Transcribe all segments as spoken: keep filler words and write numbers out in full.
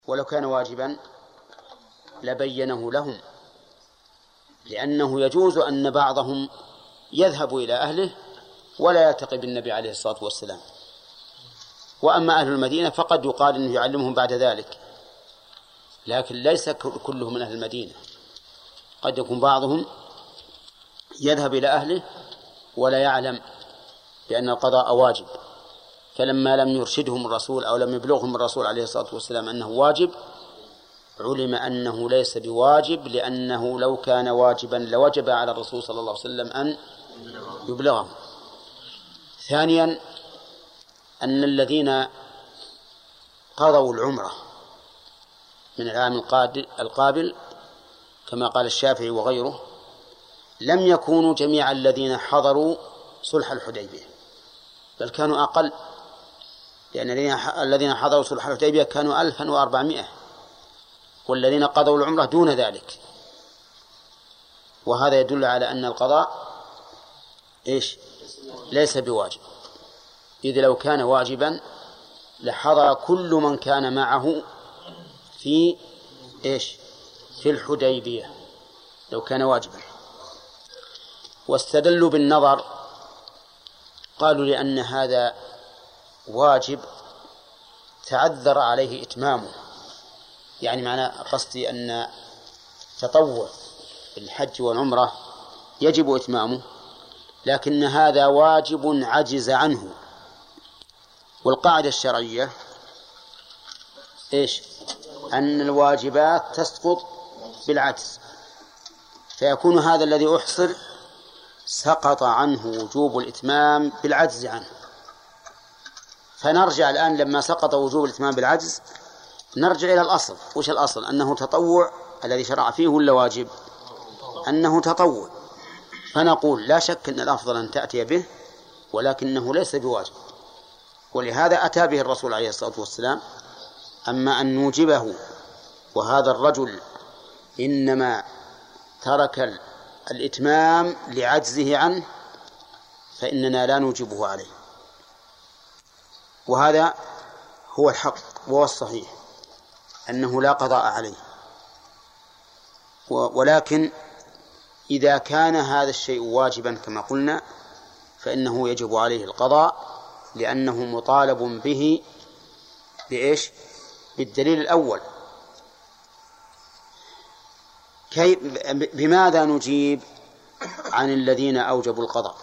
ولو كان واجبا لبينه لهم، لأنه يجوز أن بعضهم يذهب إلى أهله ولا يلتقي بالنبي عليه الصلاة والسلام. وأما أهل المدينة فقد يقال أنه يعلمهم بعد ذلك، لكن ليس كلهم من أهل المدينة، قد يكون بعضهم يذهب إلى أهله ولا يعلم بأن القضاء واجب، فلما لم يرشدهم الرسول أو لم يبلغهم الرسول عليه الصلاة والسلام أنه واجب علم أنه ليس بواجب، لأنه لو كان واجبا لوجب على الرسول صلى الله عليه وسلم أن يبلغهم. ثانيا أن الذين قضوا العمرة من العام القابل كما قال الشافعي وغيره لم يكونوا جميع الذين حضروا صلح الحديبية، بل كانوا أقل، لأن الذين حضروا صلح الحديبية كانوا ألفا وأربعمائة، والذين قضوا العمرة دون ذلك. وهذا يدل على أن القضاء إيش؟ ليس بواجب، إذ لو كان واجبا لحضر كل من كان معه في إيش؟ في الحديبية لو كان واجبا. واستدلوا بالنظر، قالوا لأن هذا واجب تعذر عليه إتمامه، يعني معنى قصدي أن تطوع الحج والعمرة يجب إتمامه، لكن هذا واجب عجز عنه. والقاعدة الشرعية إيش؟ أن الواجبات تسقط بالعجز، فيكون هذا الذي أحصر سقط عنه وجوب الإتمام بالعجز عنه. فنرجع الآن لما سقط وجوب الإتمام بالعجز نرجع إلى الأصل. وش الأصل؟ أنه تطوع الذي شرع فيه ولا واجب؟ أنه تطوع. فنقول لا شك أن الأفضل أن تأتي به، ولكنه ليس بواجب، ولهذا أتى به الرسول عليه الصلاة والسلام. أما أن نوجبه وهذا الرجل إنما ترك الإتمام لعجزه عنه فإننا لا نوجبه عليه، وهذا هو الحق وهو الصحيح أنه لا قضاء عليه. ولكن إذا كان هذا الشيء واجبا كما قلنا فإنه يجب عليه القضاء، لأنه مطالب به بإيش؟ بالدليل الأول. كي بماذا نجيب عن الذين أوجبوا القضاء؟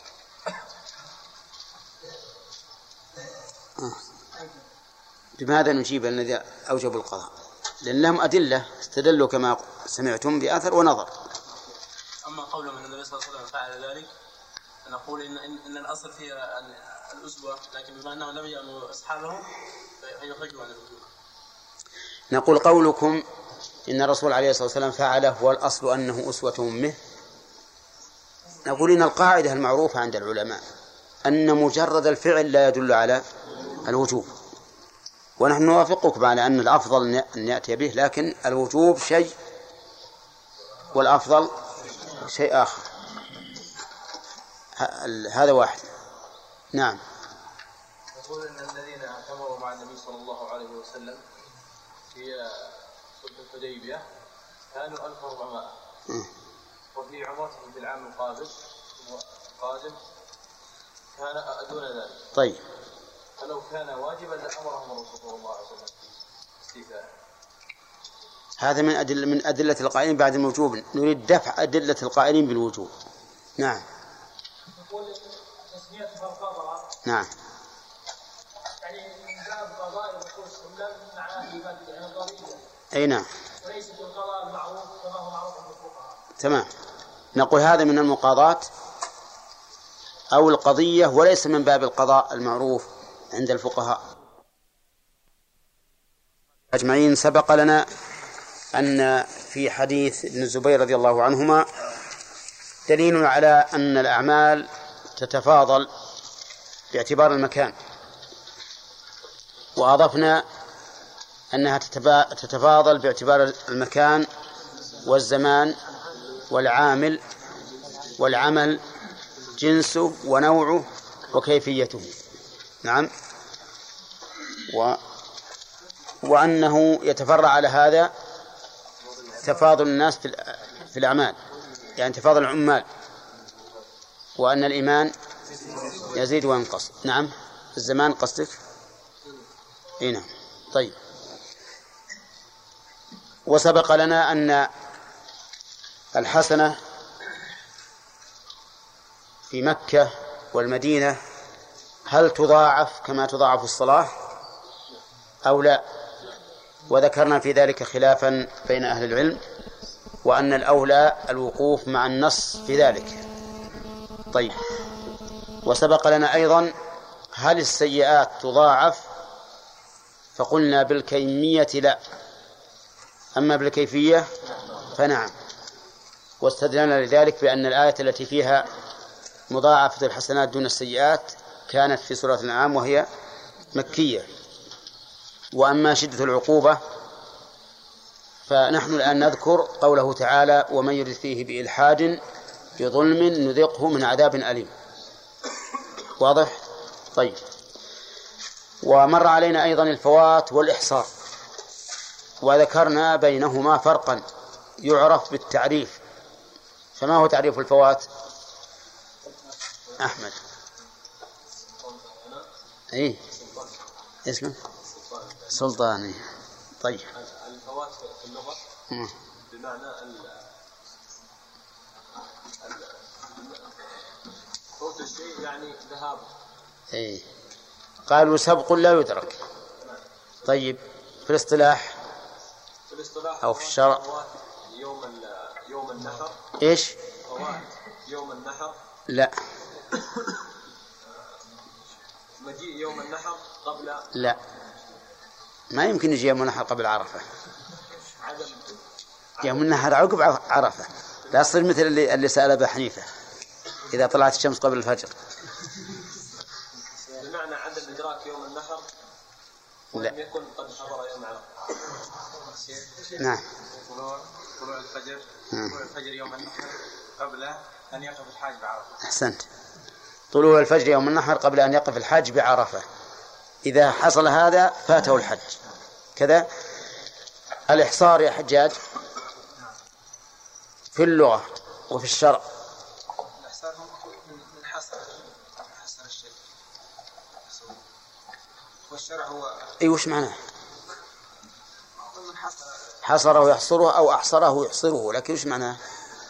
بماذا نجيب عن الذين أوجبوا القضاء؟ لأن لهم أدلة استدلوا كما سمعتم بأثر ونظر. أما قول من النبي صلى الله عليه وسلم فعل ذلك نقول إن, إن, إن الأصل فيها الأسوة، لكن بما أنه لم يأمر أصحابه فيخرجوا عن الوجوب. نقول قولكم إن الرسول عليه الصلاة والسلام فعله والأصل أنه أسوة منه، نقول إن القاعدة المعروفة عند العلماء أن مجرد الفعل لا يدل على الوجوب، ونحن نوافقكم على أن الأفضل أن يأتي به، لكن الوجوب شيء والأفضل شيء آخر. هذا واحد. نعم. يقول أن الذين اعتمروا مع النبي صلى الله عليه وسلم في صلح الحديبية كانوا ألف وأربعمائة، وفي عمرتهم في العام القابل القادم كان دون ذلك. طيب. فلو كان واجبا لأمرهم الرسول صلى الله عليه وسلم استيفاء. هذا من أدلة من أدلة القائلين بعد الوجوب، نريد دفع أدلة القائلين بالوجوب. نعم. يقول تسمية القضاء. نعم. يعني من باب قضاء الرسول صلى الله عليه وسلم معناه يبادل يعني قضية. أي نعم. وليس بالقضاء المعروف كما هو معروف عند الفقهاء. تمام. نقول هذا من المقاضاة أو القضية، وليس من باب القضاء المعروف عند الفقهاء أجمعين. سبق لنا أن في حديث ابن الزبير رضي الله عنهما دليل على أن الأعمال تتفاضل باعتبار المكان، وأضفنا أنها تتفاضل باعتبار المكان والزمان والعامل والعمل جنسه ونوعه وكيفيته. نعم. و وأنه يتفرع على هذا تفاضل الناس في الأعمال، يعني تفاضل العمال، وأن الإيمان يزيد وينقص. نعم، الزمان قصدك؟ إيه نعم. طيب، وسبق لنا أن الحسنة في مكة والمدينة هل تضاعف كما تضاعف الصلاة أو لا؟ وذكرنا في ذلك خلافا بين أهل العلم، وأن الأولى الوقوف مع النص في ذلك. طيب، وسبق لنا أيضا هل السيئات تضاعف؟ فقلنا بالكمية لا، أما بالكيفية فنعم. واستدلنا لذلك بأن الآية التي فيها مضاعفة الحسنات دون السيئات كانت في سورة الأنعام وهي مكية. وأما شدة العقوبة فنحن الآن نذكر قوله تعالى: ومن يرد فيه بإلحاد بظلم نذقه من عذاب أليم. واضح؟ طيب، ومر علينا أيضا الفوات والإحصار، وذكرنا بينهما فرقا يعرف بالتعريف. فما هو تعريف الفوات؟ أحمد. إيه اسمه سلطاني. طيب، الفوات في اللغة بمعنى فوت الشيء يعني ذهاب. إيه، قالوا سبق لا يدرك. طيب، في الاصطلاح في الاصطلاح أو في الشرع يوم يوم النحر. إيش؟ فوات يوم النحر. لا. مجيء يوم النحر قبل. لا، ما يمكن يجي يوم النحر قبل عرفة. عدم يوم النحر عقب عرفة. لا يصير مثل اللي, اللي سأل أبا حنيفة إذا طلعت الشمس قبل الفجر. بمعنى عدم إدراك يوم النحر ولم يكن قد حضر يوم عرفة. نعم. طلوع طلوع الفجر طلوع الفجر يوم النحر قبل أن يقف الحاج بعرفة. أحسنت. طلوع الفجر يوم النحر قبل أن يقف الحاج بعرفة، إذا حصل هذا فاته الحج. كذا الإحصار يا حجاج في اللغة وفي الشرع. الإحصار من حصر حصر الشيء، والشرع هو أي وش معناه؟ حصره يحصره أو أحصره يحصره، لكن وش معناه؟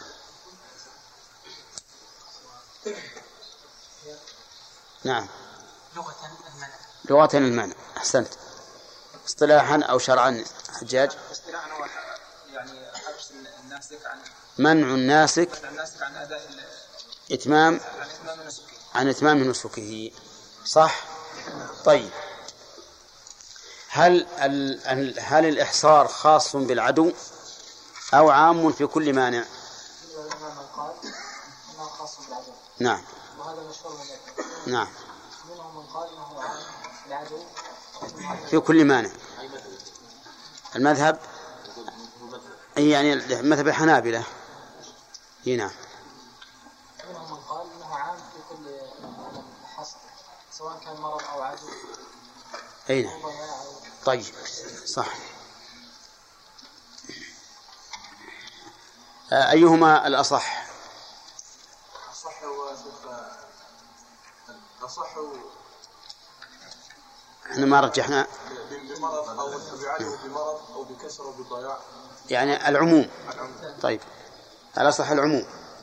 نعم، لغة المنع. لغة المنع. أحسنت. اصطلاحا أو شرعا حجاج؟ اصطلاحا هو يعني حبس الناسك عن منع الناسك عن أداء إتمام عن إتمام نسكه عن إتمام نسكه. صح. طيب، هل هل الإحصار خاص بالعدو أو عام في كل مانع؟ نعم. وهذا مشهور من ذلك. نعم. منهم من قال انه عام العدو في كل مانع. المذهب أي يعني مذهب الحنابلة. هنا منهم من قال انه عام في كل حصر سواء كان مرض او عدو. أين؟ طيب، صح. أيهما الأصح؟ أصح هو أصح احنا ما رجحنا بمرض أو بعدو بمرض أو بكسر أو بضياع، يعني العموم. طيب، الأصح العموم.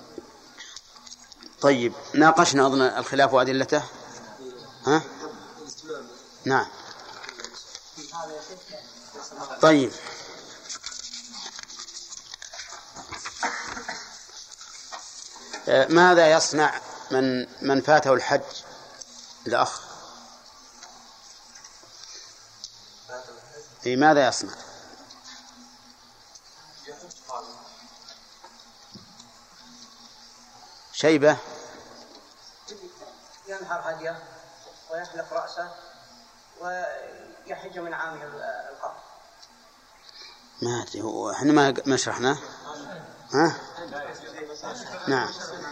طيب، ناقشنا أظن الخلاف وأدلته. ها؟ نعم. طيب، ماذا يصنع من من فاته الحج؟ الأخ في ماذا يصنع؟ شيبة ينحر هديه ويحلق رأسه ويحج من عامه القرن. ما أدري، هو إحنا ما ما شرحناه. ها؟ نعم.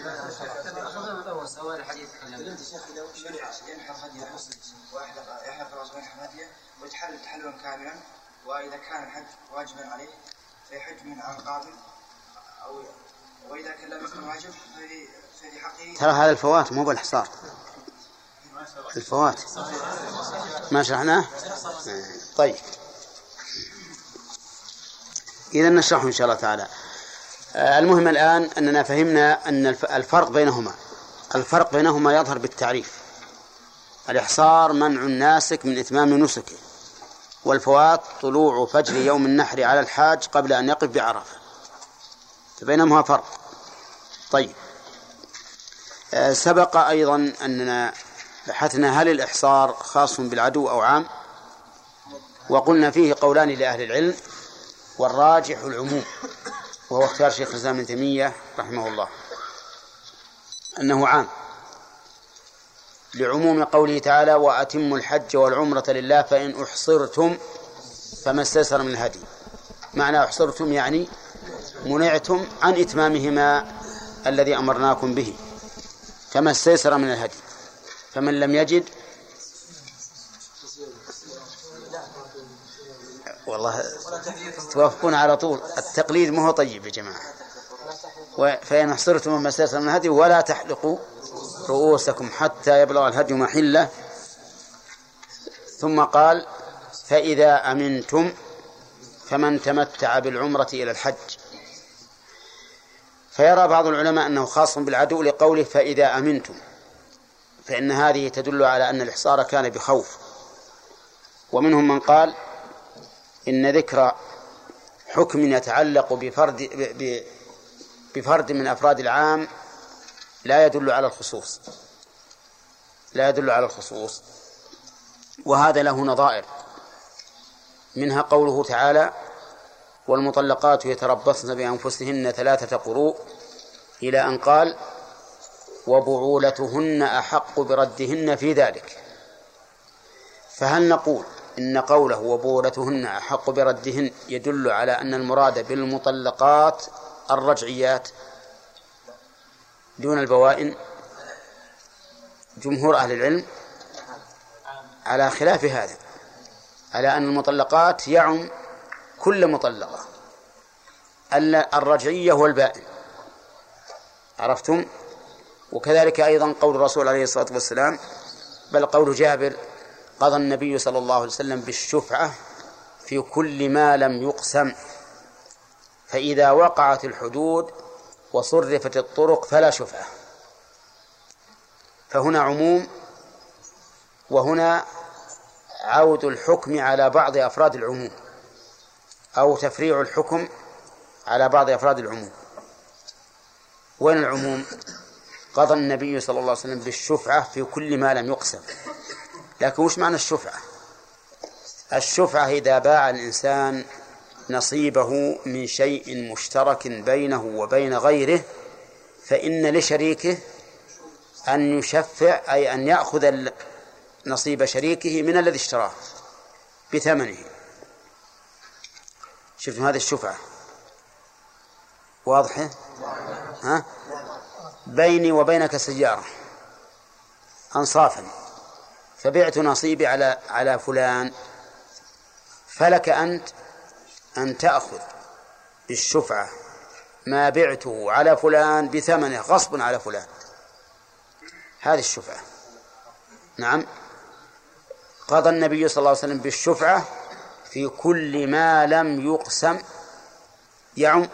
سواء الحديث كلام شيخ لو شرع ينحر هديه ويحلق رأسه وينحر هديه ويتحلل تحللا كاملا وإذا كان الحج واجبا عليه فيحج من عام قابل، أو وإذا كان لم يكن واجب ففي في حقه. ترى هذا الفوات مو بالحصار، الفوات ما شرحناه. طيب إذا نشرحه إن شاء الله تعالى. المهم الآن أننا فهمنا أن الفرق بينهما الفرق بينهما يظهر بالتعريف. الإحصار منع الناسك من إتمام نسكه، والفوات طلوع فجر يوم النحر على الحاج قبل أن يقف بعرفة، فبينهما فرق. طيب سبق أيضا أننا بحثنا هل الإحصار خاص بالعدو أو عام، وقلنا فيه قولان لأهل العلم، والراجح العموم، وهو اختيار شيخ الإسلام ابن تيمية رحمه الله أنه عام، لعموم قوله تعالى وأتموا الحج والعمرة لله فإن أحصرتم فما استيسر من الهدي. معنى أحصرتم يعني منعتم عن إتمامهما الذي أمرناكم به، فما استيسر من الهدي، فمن لم يجد والله توافقون على طول. التقليد ما هو طيب يا جماعة. فإن أحصرتم فما استيسر من الهدي ولا تحلقوا رؤوسكم حتى يبلغ الهدي محله. ثم قال فإذا أمنتم فمن تمتع بالعمرة إلى الحج. فيرى بعض العلماء أنه خاص بالعدو لقوله فإذا أمنتم، فإن هذه تدل على أن الإحصار كان بخوف. ومنهم من قال إن ذكر حكم يتعلق بفرد, بفرد من أفراد العام لا يدل على الخصوص لا يدل على الخصوص وهذا له نظائر، منها قوله تعالى والمطلقات يتربصن بأنفسهن ثلاثة قروء، إلى أن قال وبعولتهن أحق بردهن في ذلك. فهل نقول إن قوله وبعولتهن أحق بردهن يدل على أن المراد بالمطلقات الرجعيات دون البوائن؟ جمهور أهل العلم على خلاف هذا، على أن المطلقات يعم كل مطلقة، الرجعية والبائن. عرفتم؟ وكذلك أيضا قول الرسول عليه الصلاة والسلام، بل قول جابر قضى النبي صلى الله عليه وسلم بالشفعة في كل ما لم يقسم، فإذا وقعت الحدود وصرفت الطرق فلا شفعة. فهنا عموم، وهنا عود الحكم على بعض أفراد العموم، أو تفريع الحكم على بعض أفراد العموم. وين العموم؟ قضى النبي صلى الله عليه وسلم بالشفعة في كل ما لم يقسم. لكن وش معنى الشفعة؟ الشفعة إذا باع الإنسان نصيبه من شيء مشترك بينه وبين غيره، فإن لشريكه أن يشفع، أي أن يأخذ نصيب شريكه من الذي اشتراه بثمنه. شفتم هذه الشفعة واضحة؟ ها؟ بيني وبينك سيارة أنصافا، فبعت نصيبي على على فلان، فلك أنت أن تأخذ بالشفعة ما بعته على فلان بثمنه غصبا على فلان. هذه الشفعة. نعم، قضى النبي صلى الله عليه وسلم بالشفعة في كل ما لم يقسم، يعم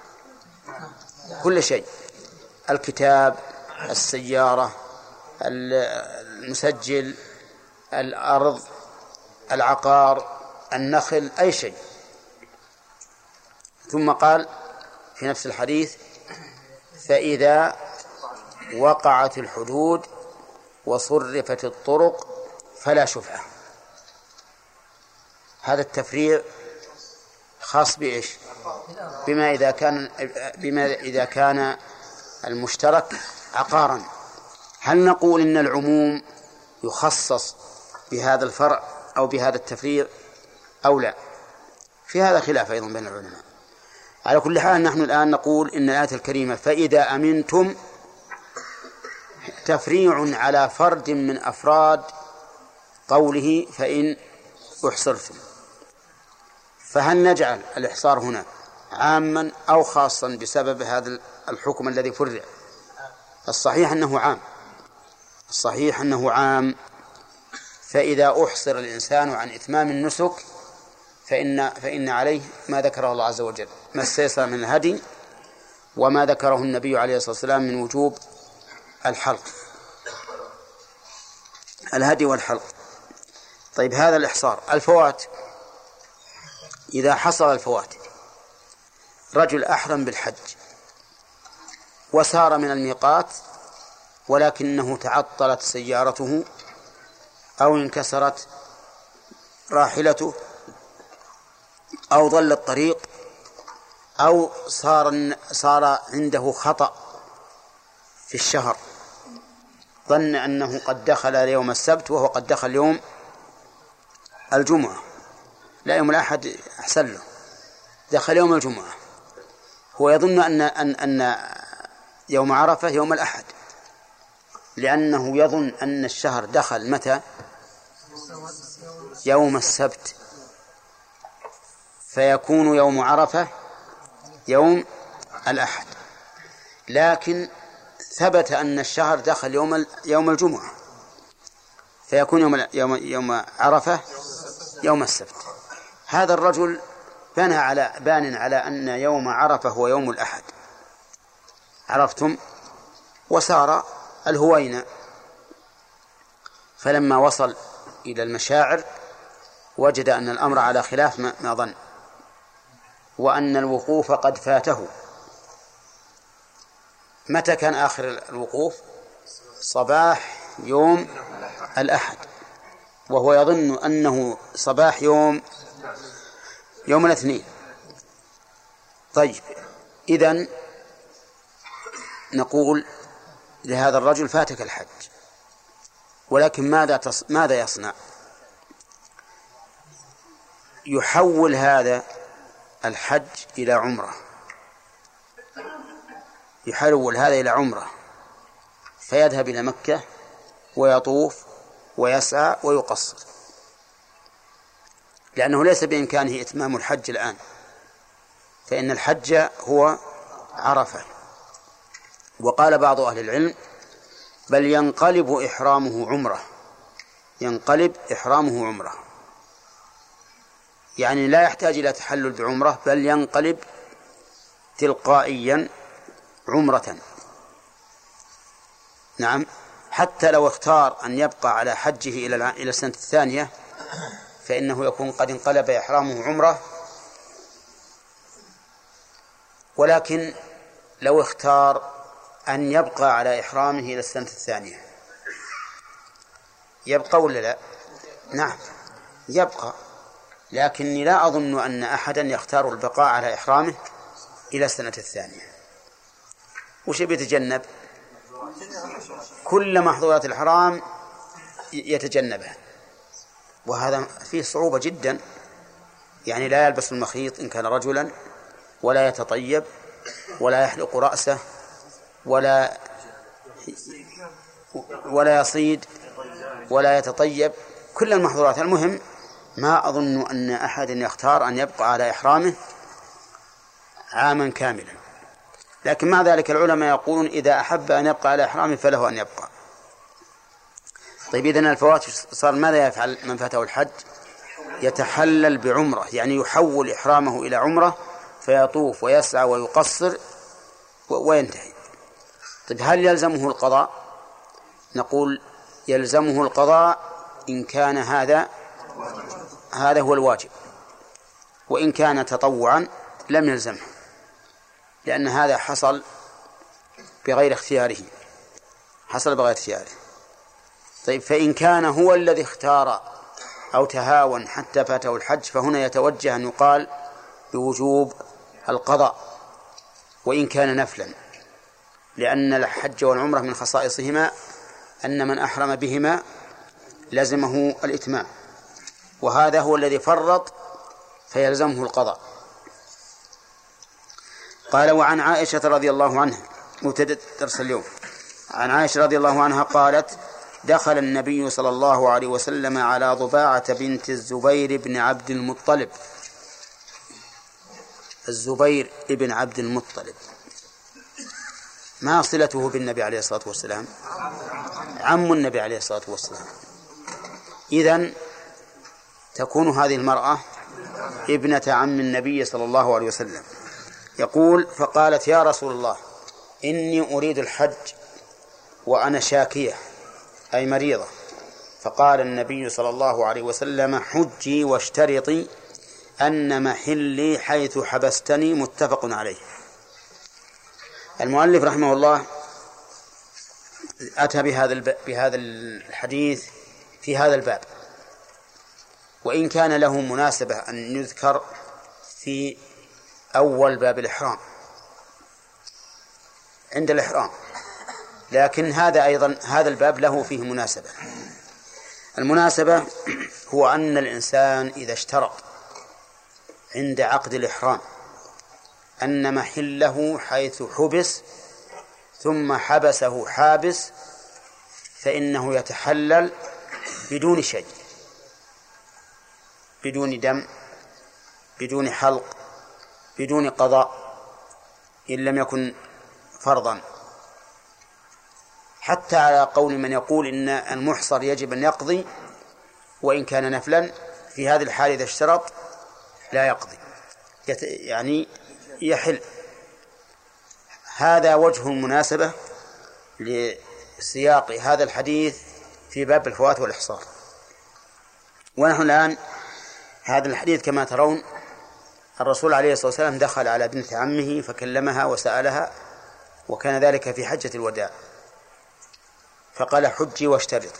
كل شيء، الكتاب، السيارة، المسجل، الأرض، العقار، النخل، أي شيء. ثم قال في نفس الحديث فإذا وقعت الحدود وصرفت الطرق فلا شفعة. هذا التفريع خاص بإيش؟ بما إذا كان بما إذا كان المشترك عقارا. هل نقول إن العموم يخصص بهذا الفرع أو بهذا التفريع أو لا؟ في هذا خلاف أيضا بين العلماء. على كل حال نحن الآن نقول إن الآية الكريمة فإذا أمنتم تفريع على فرد من أفراد قوله فإن أحصرتم. فهل نجعل الإحصار هنا عاما أو خاصا بسبب هذا الحكم الذي فرع؟ الصحيح أنه عام، الصحيح أنه عام. فإذا أحصر الإنسان عن إتمام النسك فإن, فإن عليه ما ذكره الله عز وجل، ما استيسر من الهدي وما ذكره النبي عليه الصلاة والسلام من وجوب الحلق، الهدي والحلق. طيب هذا الإحصار. الفوات، إذا حصل الفوات، رجل أحرم بالحج وسار من الميقات ولكنه تعطلت سيارته أو انكسرت راحلته أو ضل الطريق أو صار صار عنده خطأ في الشهر، ظن أنه قد دخل يوم السبت وهو قد دخل يوم الجمعة، لا يوم الأحد أحسن له، دخل يوم الجمعة، هو يظن أن أن أن يوم عرفة يوم الأحد، لأنه يظن أن الشهر دخل متى؟ يوم السبت، فيكون يوم عرفة يوم الأحد. لكن ثبت أن الشهر دخل يوم يوم الجمعة، فيكون يوم يوم يوم عرفة يوم السبت. هذا الرجل بنى على بان على أن يوم عرفة هو يوم الأحد، عرفتم؟ وسار الهوينة، فلما وصل إلى المشاعر وجد أن الأمر على خلاف ما ظن، وأن الوقوف قد فاته. متى كان آخر الوقوف؟ صباح يوم الأحد، وهو يظن أنه صباح يوم يوم الاثنين. طيب إذن نقول لهذا الرجل فاتك الحج، ولكن ماذا تص... ماذا يصنع؟ يحول هذا الحج إلى عمرة، يحول هذا إلى عمرة، فيذهب إلى مكة ويطوف ويسعى ويقصر، لأنه ليس بإمكانه إتمام الحج الآن، فإن الحج هو عرفة. وقال بعض أهل العلم بل ينقلب إحرامه عمرة، ينقلب إحرامه عمرة، يعني لا يحتاج إلى تحلل بعمرة، بل ينقلب تلقائيا عمرة. نعم، حتى لو اختار أن يبقى على حجه إلى إلى السنة الثانية فإنه يكون قد انقلب إحرامه عمرة. ولكن لو اختار أن يبقى على إحرامه إلى السنة الثانية يبقى ولا لا؟ نعم يبقى، لكني لا أظن أن أحدا يختار البقاء على إحرامه إلى السنة الثانية. وش بيتجنب؟ كل محظورات الحرام يتجنبها، وهذا فيه صعوبة جدا. يعني لا يلبس المخيط إن كان رجلا، ولا يتطيب، ولا يحلق رأسه، ولا ولا يصيد، ولا يتطيب، كل المحظورات. المهم ما أظن أن أحد يختار أن يبقى على إحرامه عاما كاملا، لكن مع ذلك العلماء يقولون إذا أحب أن يبقى على إحرامه فله أن يبقى. طيب إذن الفوات صار ماذا يفعل من فاته الحج؟ يتحلل بعمرة، يعني يحول إحرامه إلى عمرة، فيطوف ويسعى ويقصر وينتهي. طيب هل يلزمه القضاء؟ نقول يلزمه القضاء إن كان هذا هذا هو الواجب، وإن كان تطوعا لم يلزمه، لأن هذا حصل بغير اختياره، حصل بغير اختياره. طيب فإن كان هو الذي اختار أو تهاون حتى فاته الحج فهنا يتوجه أن يقال بوجوب القضاء وإن كان نفلا، لأن الحج والعمرة من خصائصهما أن من أحرم بهما لزمه الإتمام، وهذا هو الذي فرط فيلزمه القضاء. قال وعن عائشة رضي الله عنها، مبتدأ درس اليوم، عن عائشة رضي الله عنها قالت دخل النبي صلى الله عليه وسلم على ضباعة بنت الزبير بن عبد المطلب الزبير ابن عبد المطلب ما صلته بالنبي عليه الصلاة والسلام؟ عم النبي عليه الصلاة والسلام. إذن تكون هذه المرأة ابنة عم النبي صلى الله عليه وسلم. يقول: فقالت: يا رسول الله، إني أريد الحج وأنا شاكية أي مريضة. فقال النبي صلى الله عليه وسلم: حجي واشترطي أن محلي حيث حبستني. متفق عليه. المؤلف رحمه الله أتى بهذا بهذا الحديث في هذا الباب، وإن كان له مناسبة أن يذكر في أول باب الإحرام عند الإحرام، لكن هذا أيضا هذا الباب له فيه مناسبة. المناسبة هو أن الإنسان إذا اشترط عند عقد الإحرام أن محله حيث حبس ثم حبسه حابس فإنه يتحلل بدون شيء، بدون دم، بدون حلق، بدون قضاء إن لم يكن فرضا، حتى على قول من يقول إن المحصر يجب أن يقضي وإن كان نفلا. في هذه الحال إذا اشترط لا يقضي، يعني يحل. هذا وجه المناسبة لسياق هذا الحديث في باب الفوات والإحصار. ونحن الآن هذا الحديث كما ترون الرسول عليه الصلاة والسلام دخل على بنت عمه فكلمها وسألها، وكان ذلك في حجة الوداع، فقال: حجي واشترط.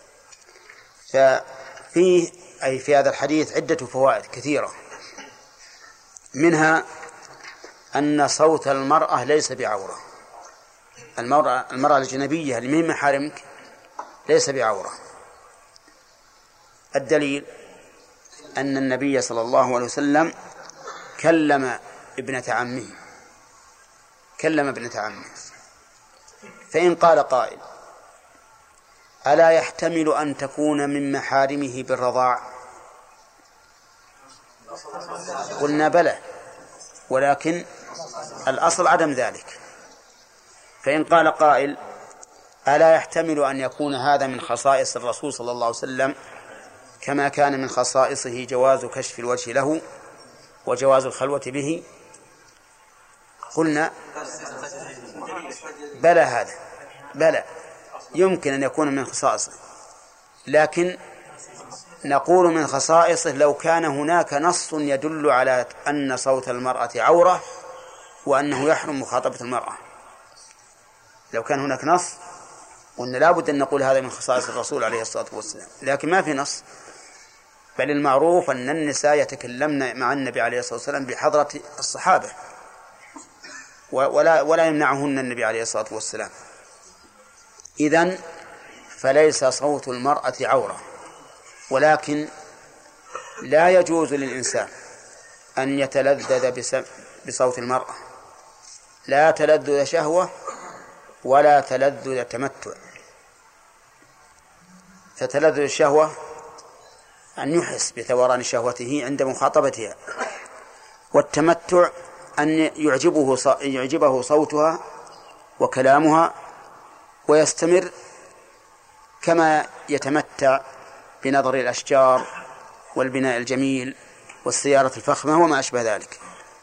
ففيه أي في هذا الحديث عدة فوائد كثيرة، منها أن صوت المرأة ليس بعورة. المرأة, المرأة الأجنبية اللي من محارمك ليس بعورة. الدليل أن النبي صلى الله عليه وسلم كلم ابنة عمه كلم ابنة عمه فإن قال قائل: ألا يحتمل أن تكون من محارمه بالرضاع؟ قلنا بلى، ولكن الأصل عدم ذلك. فإن قال قائل: ألا يحتمل أن يكون هذا من خصائص الرسول صلى الله عليه وسلم كما كان من خصائصه جواز كشف الوجه له وجواز الخلوة به؟ قلنا بلى، هذا بلى يمكن أن يكون من خصائصه، لكن نقول من خصائصه لو كان هناك نص يدل على أن صوت المرأة عورة وأنه يحرم مخاطبة المرأة. لو كان هناك نص قلنا لا بد أن نقول هذا من خصائص الرسول عليه الصلاة والسلام، لكن ما في نص، بل المعروف أن النساء يتكلمن مع النبي عليه الصلاة والسلام بحضرة الصحابة ولا, ولا يمنعهن النبي عليه الصلاة والسلام. إذن فليس صوت المرأة عورة، ولكن لا يجوز للإنسان أن يتلذذ بصوت المرأة، لا تلذذ شهوة ولا تلذذ تمتع. فتلذذ الشهوة أن يحس بثوران شهوته عند مخاطبتها، والتمتع أن يعجبه يعجبه صوتها وكلامها ويستمر كما يتمتع بنظر الأشجار والبناء الجميل والسيارة الفخمة وما أشبه ذلك.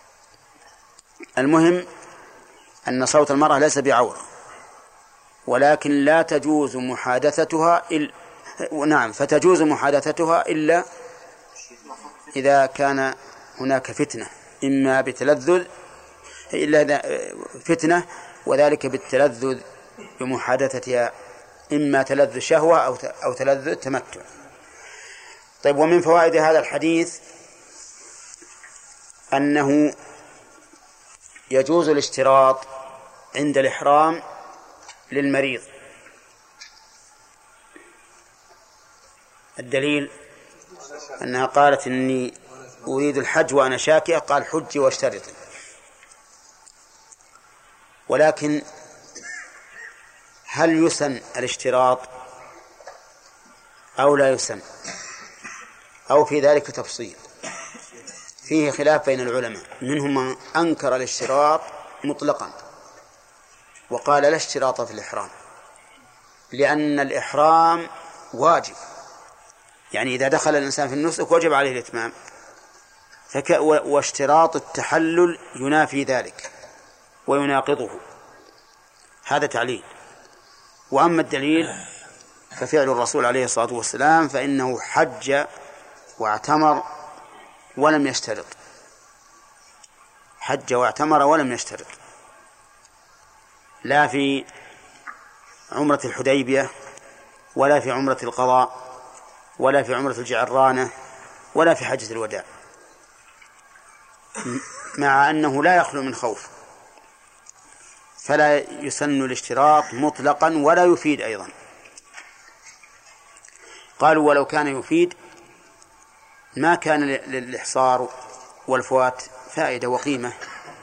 المهم أن صوت المرأة ليس بعورة، ولكن لا تجوز محادثتها إلا نعم فتجوز محادثتها إلا إذا كان هناك فتنة، إما بتلذذ إلا فتنة، وذلك بالتلذذ بمحادثتها، إما تلذذ شهوة أو أو تلذذ تمتع. طيب، ومن فوائد هذا الحديث أنه يجوز الاشتراط عند الإحرام للمريض. الدليل أنها قالت: إني أريد الحج وأنا شاكية، قال: حجي واشترطي. ولكن هل يسن الاشتراط أو لا يسن، أو في ذلك تفصيل؟ فيه خلاف بين العلماء، منهم من أنكر الاشتراط مطلقا وقال لا اشتراط في الإحرام، لأن الإحرام واجب، يعني إذا دخل الإنسان في النسك وجب عليه الإتمام، فك... واشتراط التحلل ينافي ذلك ويناقضه. هذا تعليل. وأما الدليل ففعل الرسول عليه الصلاة والسلام، فإنه حج واعتمر ولم يشترط، حج واعتمر ولم يشترط، لا في عمرة الحديبية ولا في عمرة القضاء ولا في عمرة الجعرانة ولا في حجة الوداع، مع أنه لا يخلو من خوف، فلا يسن الاشتراط مطلقا ولا يفيد أيضا. قالوا ولو كان يفيد ما كان للإحصار والفوات فائدة وقيمة.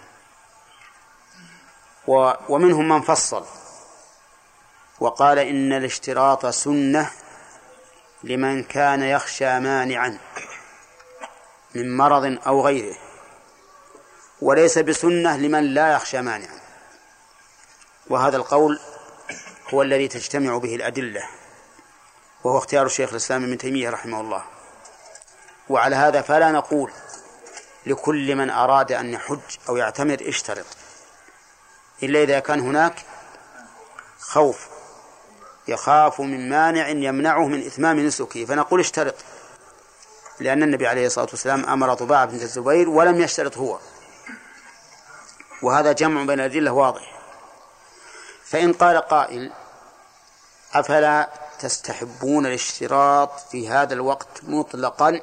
ومنهم من فصل وقال إن الاشتراط سنة لمن كان يخشى مانعا من مرض أو غيره، وليس بسنة لمن لا يخشى مانعا، وهذا القول هو الذي تجتمع به الأدلة، وهو اختيار الشيخ الإسلام ابن تيمية رحمه الله. وعلى هذا فلا نقول لكل من أراد أن يحج أو يعتمر اشترط، إلا إذا كان هناك خوف، يخاف من مانع يمنعه من إتمام نسكه، فنقول اشترط، لأن النبي عليه الصلاة والسلام أمر طباعة بنت الزبير ولم يشترط هو، وهذا جمع بين الأدلة واضح. فإن قال قائل أفلا تستحبون الاشتراط في هذا الوقت مطلقا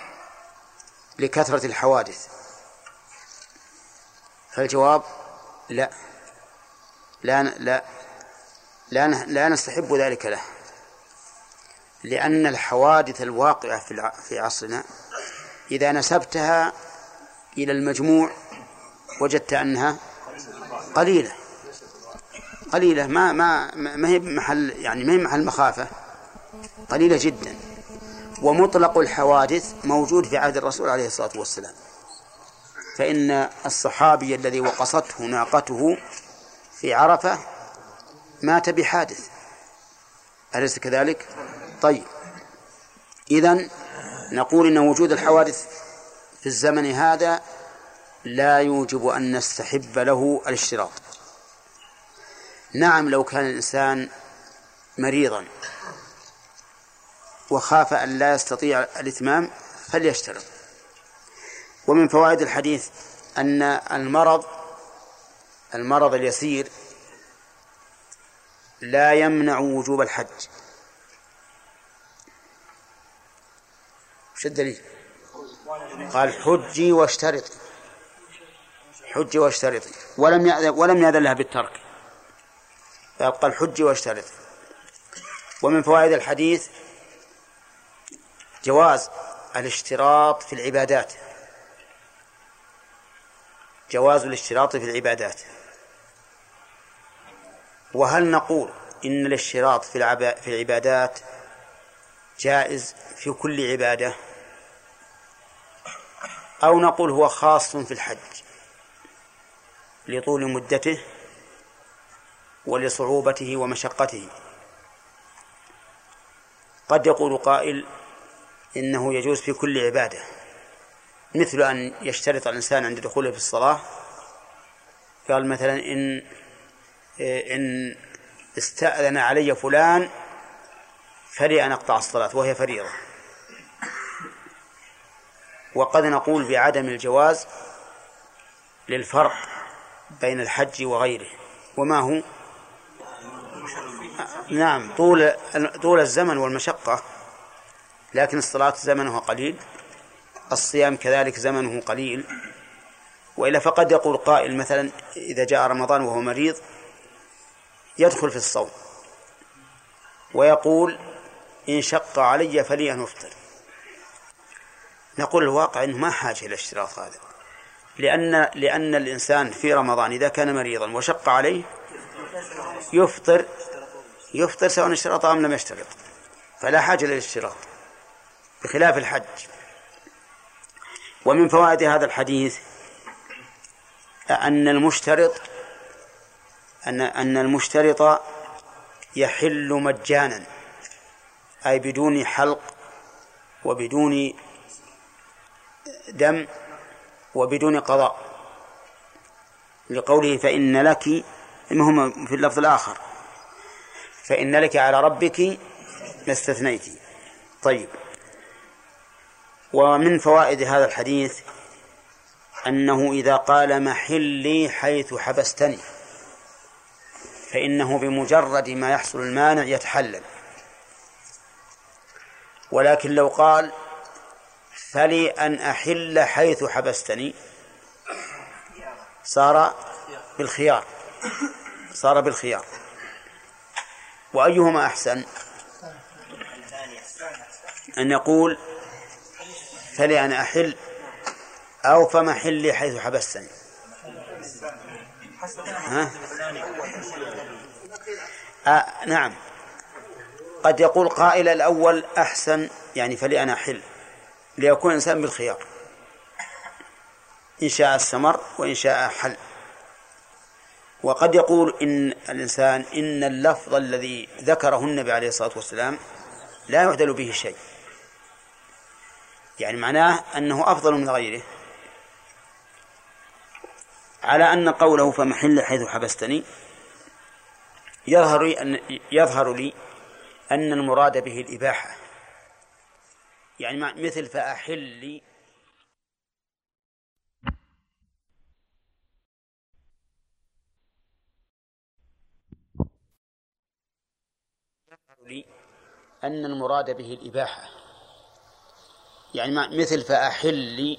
لكثرة الحوادث؟ فالجواب لا لا لا لا, لا نستحب ذلك له، لأن الحوادث الواقعة في عصرنا إذا نسبتها إلى المجموع وجدت أنها قليلة قليلة ما ما ما هي محل يعني ما هي محل مخافة، قليلة جدا. ومطلق الحوادث موجود في عهد الرسول عليه الصلاة والسلام، فإن الصحابي الذي وقصته ناقته في عرفة مات بحادث، أليس كذلك؟ طيب، إذن نقول إن وجود الحوادث في الزمن هذا لا يوجب أن نستحب له الاشتراط. نعم، لو كان الإنسان مريضا وخاف أن لا يستطيع الإتمام فليشترط. ومن فوائد الحديث أن المرض المرض اليسير لا يمنع وجوب الحج. وش الدليل؟ قال حجي واشترطي، حجي واشترطي، ولم يأذن ولم يأذن لها بالترك، فيبقى الحج واشترط. ومن فوائد الحديث جواز الاشتراط في العبادات، جواز الاشتراط في العبادات. وهل نقول إن الاشتراط في العبادات جائز في كل عبادة، أو نقول هو خاص في الحج لطول مدته ولصعوبته ومشقته؟ قد يقول قائل إنه يجوز في كل عبادة، مثل أن يشترط الإنسان عند دخوله في الصلاة، قال مثلا إن إن استأذن علي فلان فلي أن أقطع الصلاة وهي فريضة. وقد نقول بعدم الجواز للفرق بين الحج وغيره، وما هو نعم طول طول الزمن والمشقة، لكن الصلاة زمنها قليل، الصيام كذلك زمنه قليل. وإلا فقد يقول قائل مثلا إذا جاء رمضان وهو مريض يدخل في الصوم ويقول إن شق علي فلي أن أفطر، نقول الواقع إنه ما حاجة إلى اشتراط هذا، لأن لأن الإنسان في رمضان إذا كان مريضا وشق عليه يفطر يفطر سواء اشترط أم لم يشترط، فلا حاجة للاشتراط، بخلاف الحج. ومن فوائد هذا الحديث أن المشترط أن أن المشترط يحل مجانا، أي بدون حلق وبدون دم وبدون قضاء، لقوله فإن لك، المهم في اللفظ الآخر فإن لك على ربك ما استثنيت. طيب، ومن فوائد هذا الحديث أنه إذا قال محلي حيث حبستني فإنه بمجرد ما يحصل المانع يتحلل، ولكن لو قال فلي أن أحل حيث حبستني صار بالخيار صار بالخيار وأيهما أحسن؟ أن يقول فلي أن أحل أو فمحلي حيث حبستني. ها؟ آه نعم، قد يقول قائل الأول أحسن، يعني فلي أنا أحل، ليكون الإنسان بالخيار إن شاء استمر وإن شاء حل. وقد يقول إن الإنسان إن اللفظ الذي ذكره النبي عليه الصلاة والسلام لا يعدل به شيء، يعني معناه أنه أفضل من غيره، على أن قوله فمحل حيث حبستني يظهر لي أن, يظهر لي أن المراد به الإباحة، يعني مثل فأحل لي أن المراد به الإباحة، يعني مثل فأحل،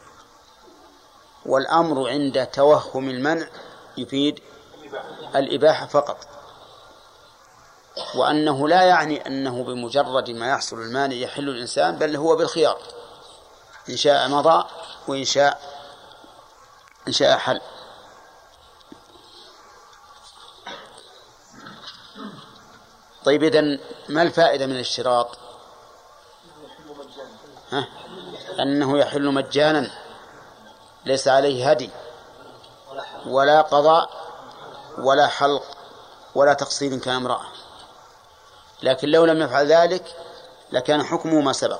والأمر عند توهم المنع يفيد الإباحة فقط، وأنه لا يعني أنه بمجرد ما يحصل المانع يحل الإنسان، بل هو بالخيار إن شاء مضى وإن شاء إن شاء حل. طيب، إذن ما الفائدة من الاشتراط؟ ها؟ أنه يحل مجانا ليس عليه هدي ولا قضاء ولا حلق ولا تقصير كامرأة، لكن لو لم يفعل ذلك لكان حكمه ما سبق.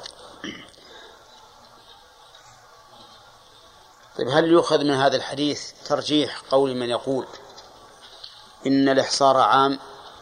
طيب، هل يؤخذ من هذا الحديث ترجيح قول من يقول إن الإحصار عام؟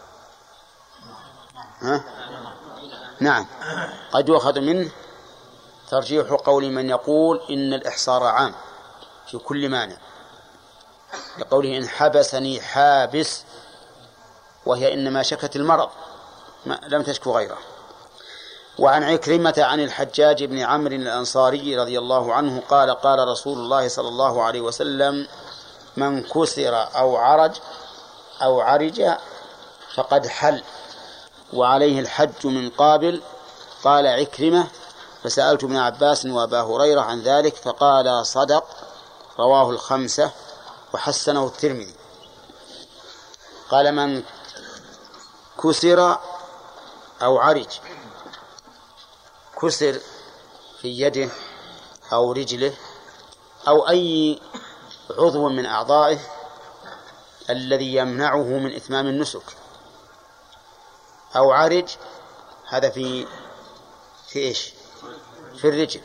ها؟ نعم، قد يؤخذ منه ترجيح قول من يقول إن الإحصار عام في كل مانع، لقوله إن حبسني حابس، وهي إنما شكت المرض ما لم تشكو غيره. وعن عكرمة عن الحجاج بن عمرو الأنصاري رضي الله عنه قال قال رسول الله صلى الله عليه وسلم من كسر أو عرج أو عرج فقد حل وعليه الحج من قابل. قال عكرمة فسألت ابن عباس وأبا هريرة عن ذلك فقال صدق، رواه الخمسة وحسنه الترمذي. قال من كسر أو عرج، كسر في يده أو رجله أو أي عضو من أعضائه الذي يمنعه من إتمام النسك، أو عرج هذا في في إيش؟ في الرجل،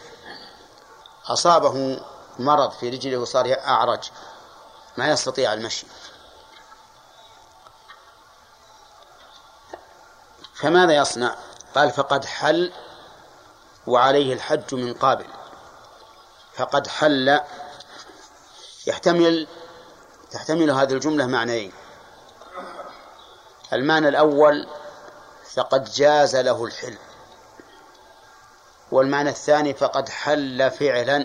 أصابه مرض في رجله وصار أعرج ما يستطيع المشي، فماذا يصنع؟ قال فقد حل وعليه الحج من قابل. فقد حل يحتمل تحتمل هذه الجملة معنيين. المعنى الأول فقد جاز له الحل، والمعنى الثاني فقد حل فعلا.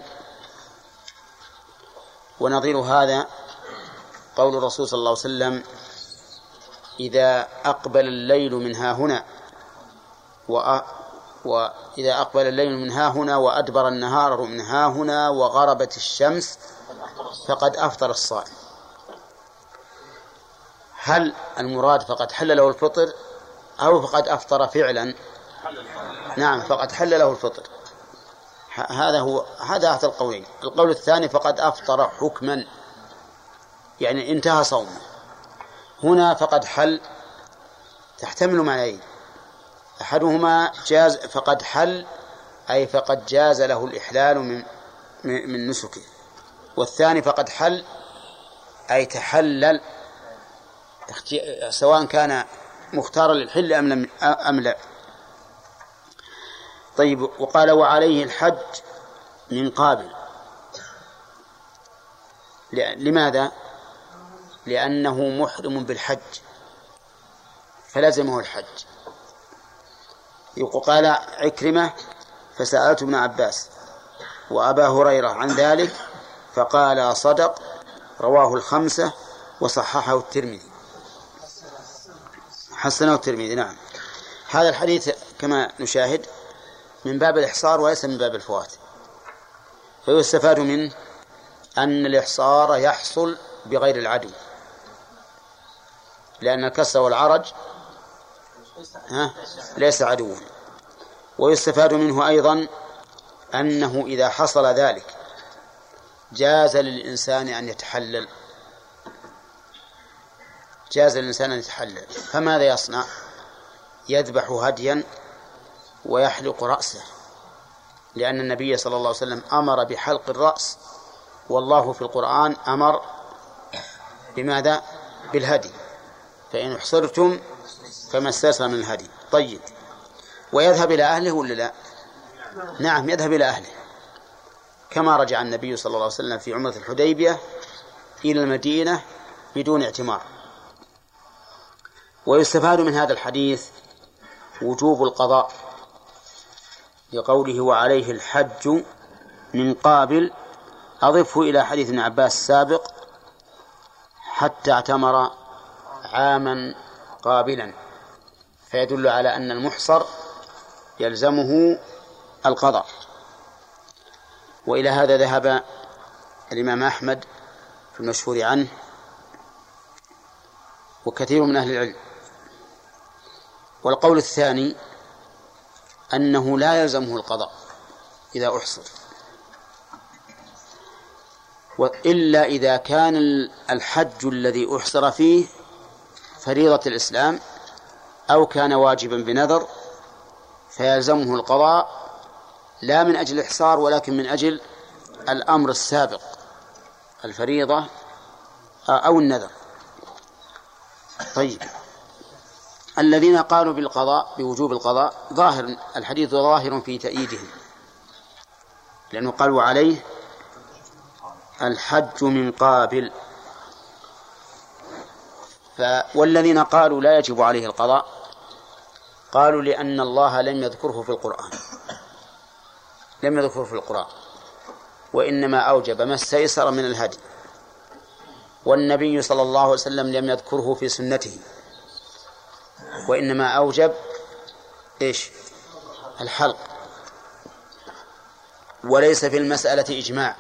ونظير هذا قول الرسول صلى الله عليه وسلم إذا أقبل الليل من ها هنا وإذا أقبل الليل من ها هنا وأدبر النهار من ها هنا وغربت الشمس فقد أفطر الصائم. هل المراد فقد حل له الفطر أو فقد أفطر فعلا؟ نعم، فقد حل له الفطر هذا هو هذا أحد القولين. القول الثاني فقد أفطر حكما، يعني انتهى صومه. هنا فقد حل تحتمل معنيين، أحدهما جاز فقد حل أي فقد جاز له الإحلال من من نسكه، والثاني فقد حل أي تحلل سواء كان مختارا للحل أم لا. طيب، وقال وعليه الحج من قابل. لماذا؟ لأنه محرم بالحج فلزمه الحج. قال عكرمة فسألت ابن عباس وأبا هريرة عن ذلك فقال صدق، رواه الخمسة وصححه الترمذي، حسنه الترمذي. نعم، هذا الحديث كما نشاهد من باب الإحصار وليس من باب الفوات، فيستفاد منه أن الإحصار يحصل بغير العدو، لأن الكسر والعرج ها ليس عدوا. ويستفاد منه أيضا أنه إذا حصل ذلك جاز للإنسان أن يتحلل، جاز للإنسان أن يتحلل. فماذا يصنع؟ يذبح هديا ويحلق رأسه، لأن النبي صلى الله عليه وسلم أمر بحلق الرأس، والله في القرآن أمر بماذا؟ بالهدي، فإن احصرتم فما استيسر من الهدي. طيب، ويذهب إلى أهله ولا لا؟ نعم، يذهب إلى أهله، كما رجع النبي صلى الله عليه وسلم في عمرة الحديبية إلى المدينة بدون اعتمار. ويستفاد من هذا الحديث وجوب القضاء لقوله وعليه الحج من قابل، أضفه إلى حديث ابن عباس السابق حتى اعتمر عاما قابلا، فيدل على أن المحصر يلزمه القضاء. وإلى هذا ذهب الإمام أحمد في المشهور عنه وكثير من أهل العلم. والقول الثاني أنه لا يلزمه القضاء إذا أحصر، إلا إذا كان الحج الذي أحصر فيه فريضة الإسلام أو كان واجبا بنذر، فيلزمه القضاء لا من أجل الإحصار ولكن من أجل الأمر السابق، الفريضة أو النذر. طيب، الذين قالوا بالقضاء بوجوب القضاء ظاهر الحديث ظاهر في تأييدهم، لأنه قالوا عليه الحج من قابل. ف... والذين قالوا لا يجب عليه القضاء قالوا لأن الله لم يذكره في القرآن، لم يذكره في القرآن وإنما أوجب ما استيسر من الهدي، والنبي صلى الله عليه وسلم لم يذكره في سنته وإنما أوجب إيش؟ الحلق. وليس في المسألة إجماع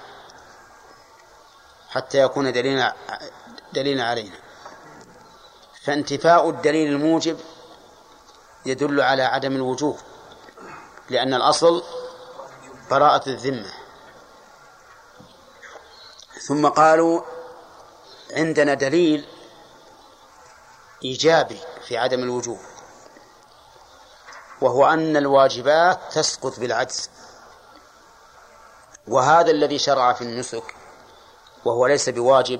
حتى يكون دليلنا دليلنا علينا، فانتفاء الدليل الموجب يدل على عدم الوجوب، لأن الأصل براءة الذمة. ثم قالوا عندنا دليل إيجابي في عدم الوجوب، وهو أن الواجبات تسقط بالعجز، وهذا الذي شرع في النسك وهو ليس بواجب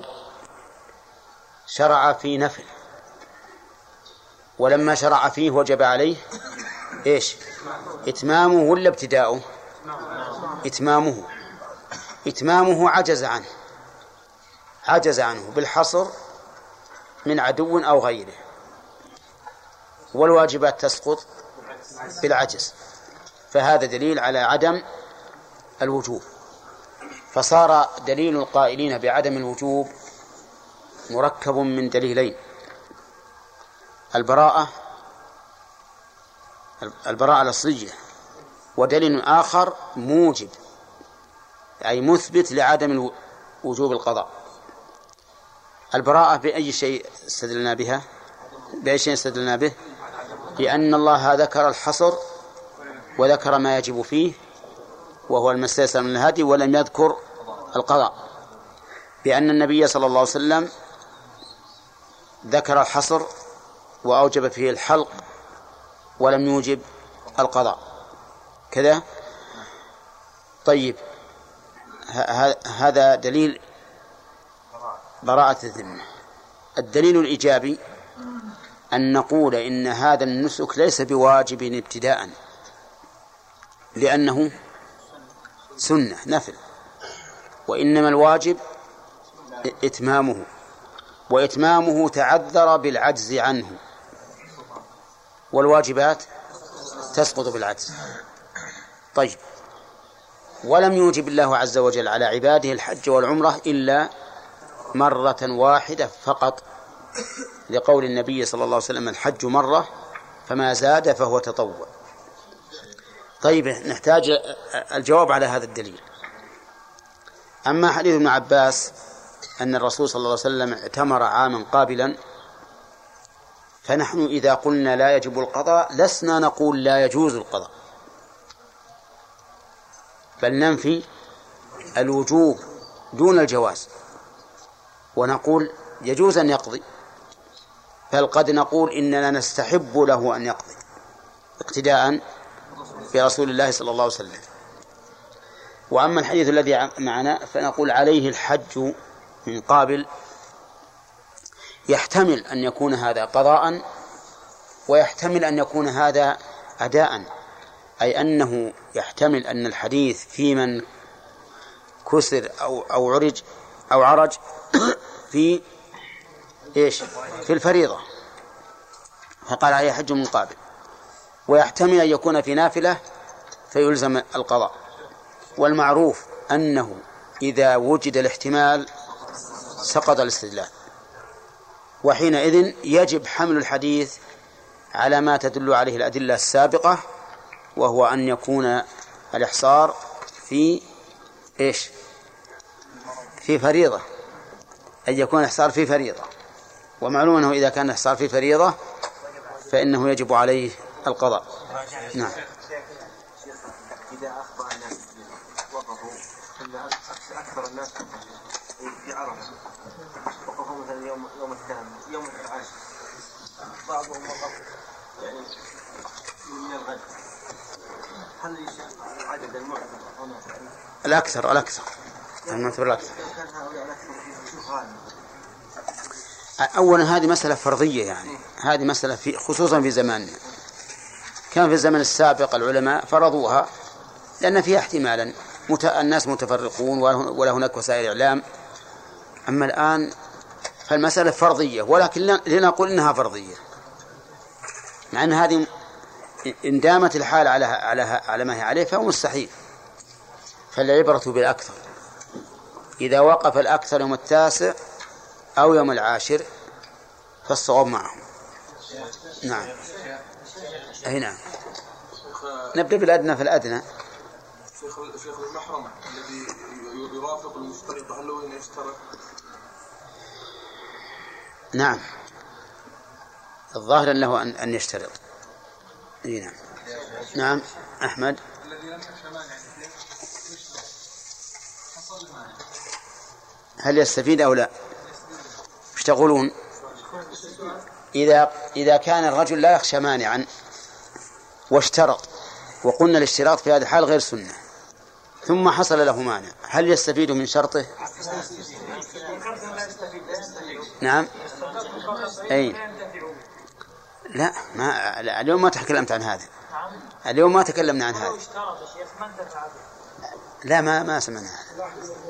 شرع في نفل، ولما شرع فيه وجب عليه إيش؟ إتمامه ولا ابتداؤه؟ إتمامه. إتمامه عجز عنه عجز عنه بالحصر من عدو أو غيره، والواجبات تسقط بالعجز، فهذا دليل على عدم الوجوب. فصار دليل القائلين بعدم الوجوب مركب من دليلين: البراءة البراءة الأصلية، ودليل آخر موجب أي مثبت لعدم وجوب القضاء. البراءة بأي شيء استدلنا بها؟ بأي شيء استدلنا به؟ لأن الله ذكر الحصر وذكر ما يجب فيه وهو المستيسر من الهدي، ولم يذكر القضاء، بأن النبي صلى الله عليه وسلم ذكر الحصر وأوجب فيه الحلق ولم يوجب القضاء كذا. طيب، هذا دليل براءة الذمة. الدليل الإيجابي أن نقول إن هذا النسك ليس بواجب ابتداء، لأنه سنة نفل، وإنما الواجب إتمامه، وإتمامه تعذر بالعجز عنه، والواجبات تسقط بالعجز. طيب، ولم يوجب الله عز وجل على عباده الحج والعمرة إلا مرة واحدة فقط، لقول النبي صلى الله عليه وسلم الحج مرة فما زاد فهو تطوع. طيب، نحتاج الجواب على هذا الدليل. أما حديث ابن عباس أن الرسول صلى الله عليه وسلم اعتمر عاما قابلا، فنحن إذا قلنا لا يجب القضاء لسنا نقول لا يجوز القضاء، بل ننفي الوجوب دون الجواز، ونقول يجوز أن يقضي، بل قد نقول إننا نستحب له أن يقضي اقتداء برسول الله صلى الله عليه وسلم. وأما الحديث الذي معنا فنقول عليه الحج من قابل، يحتمل أن يكون هذا قضاء ويحتمل أن يكون هذا أداء، أي أنه يحتمل أن الحديث في من كسر أو أو عرج أو عرج في إيش في الفريضة فقال عليه حج من قابل، ويحتمل أن يكون في نافلة فيلزم القضاء. والمعروف أنه إذا وجد الاحتمال سقط الاستدلال، وحينئذ يجب حمل الحديث على ما تدل عليه الأدلة السابقة، وهو أن يكون الإحصار في إيش في فريضة، أن يكون الإحصار في فريضة. ومعلوم أنه إذا كان الإحصار في فريضة فإنه يجب عليه القضاء. نعم. إذا أخطأ الناس وقفوا أكثر الناس في عرفة وقفوا مثلا يوم يوم الثامن يوم العاشر، بعضهم وقف يعني من الغد، هل عدد المعتبر الأكثر الأكثر المعتبر الأكثر؟ كان هؤلاء الأكثر شوف هذا. أولا هذه مسألة فرضية، يعني هذه مسألة في خصوصا في زماننا. كان في الزمن السابق العلماء فرضوها لأن فيها احتمالا الناس متفرقون ولا هناك وسائل إعلام. أما الآن فالمسألة فرضية، ولكن لنقول إنها فرضية، مع أن هذه إن دامت الحال على على على ما هي عليه فهو مستحيل. فالعبرة بالأكثر، إذا وقف الأكثر يوم التاسع أو يوم العاشر فالصواب معهم. نعم. أي نعم. نبدأ بالأدنى. في الأدنى شيخ شيخ المحرم الذي يرافق المشترط هل هو يشترط؟ نعم، الظاهر له أن أن يشترط. أي نعم. نعم أحمد. الذي لم يخشى مانع حصل المانع هل يستفيد أو لا؟ وش تقولون؟ إذا إذا كان الرجل لا يخشى مانعا واشترط، وقلنا الاشتراط في هذه الحال غير سنة، ثم حصل له مانع، هل يستفيد من شرطه؟ نعم. أي لا، ما اليوم ما تكلمت عن هذا، اليوم ما تكلمنا عن هذا. لا، ما ما سمعنا هذا.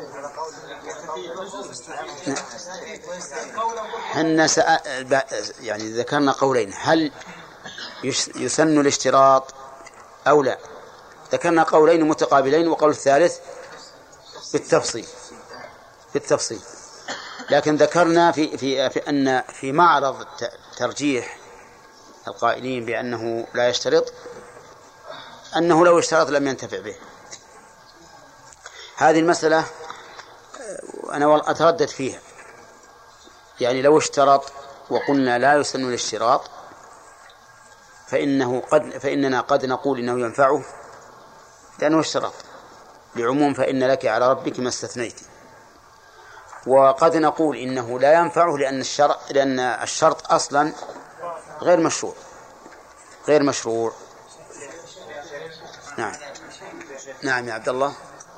حنا يعني ذكرنا قولين، هل يسن الاشتراط أو لا؟ ذكرنا قولين متقابلين، وقول الثالث بالتفصيل بالتفصيل لكن ذكرنا في في في أن في معرض ترجيح القائلين بأنه لا يشترط أنه لو اشترط لم ينتفع به. هذه المسألة أنا أتردد فيها، يعني لو اشترط وقلنا لا يسن الاشتراط فإنه قد فإننا قد نقول إنه ينفعه لأنه اشترط، لعموم فإن لك على ربك ما استثنيت. وقد نقول إنه لا ينفعه لأن الشرط لأن الشرط أصلا غير مشروع غير مشروع. نعم نعم يا عبد الله.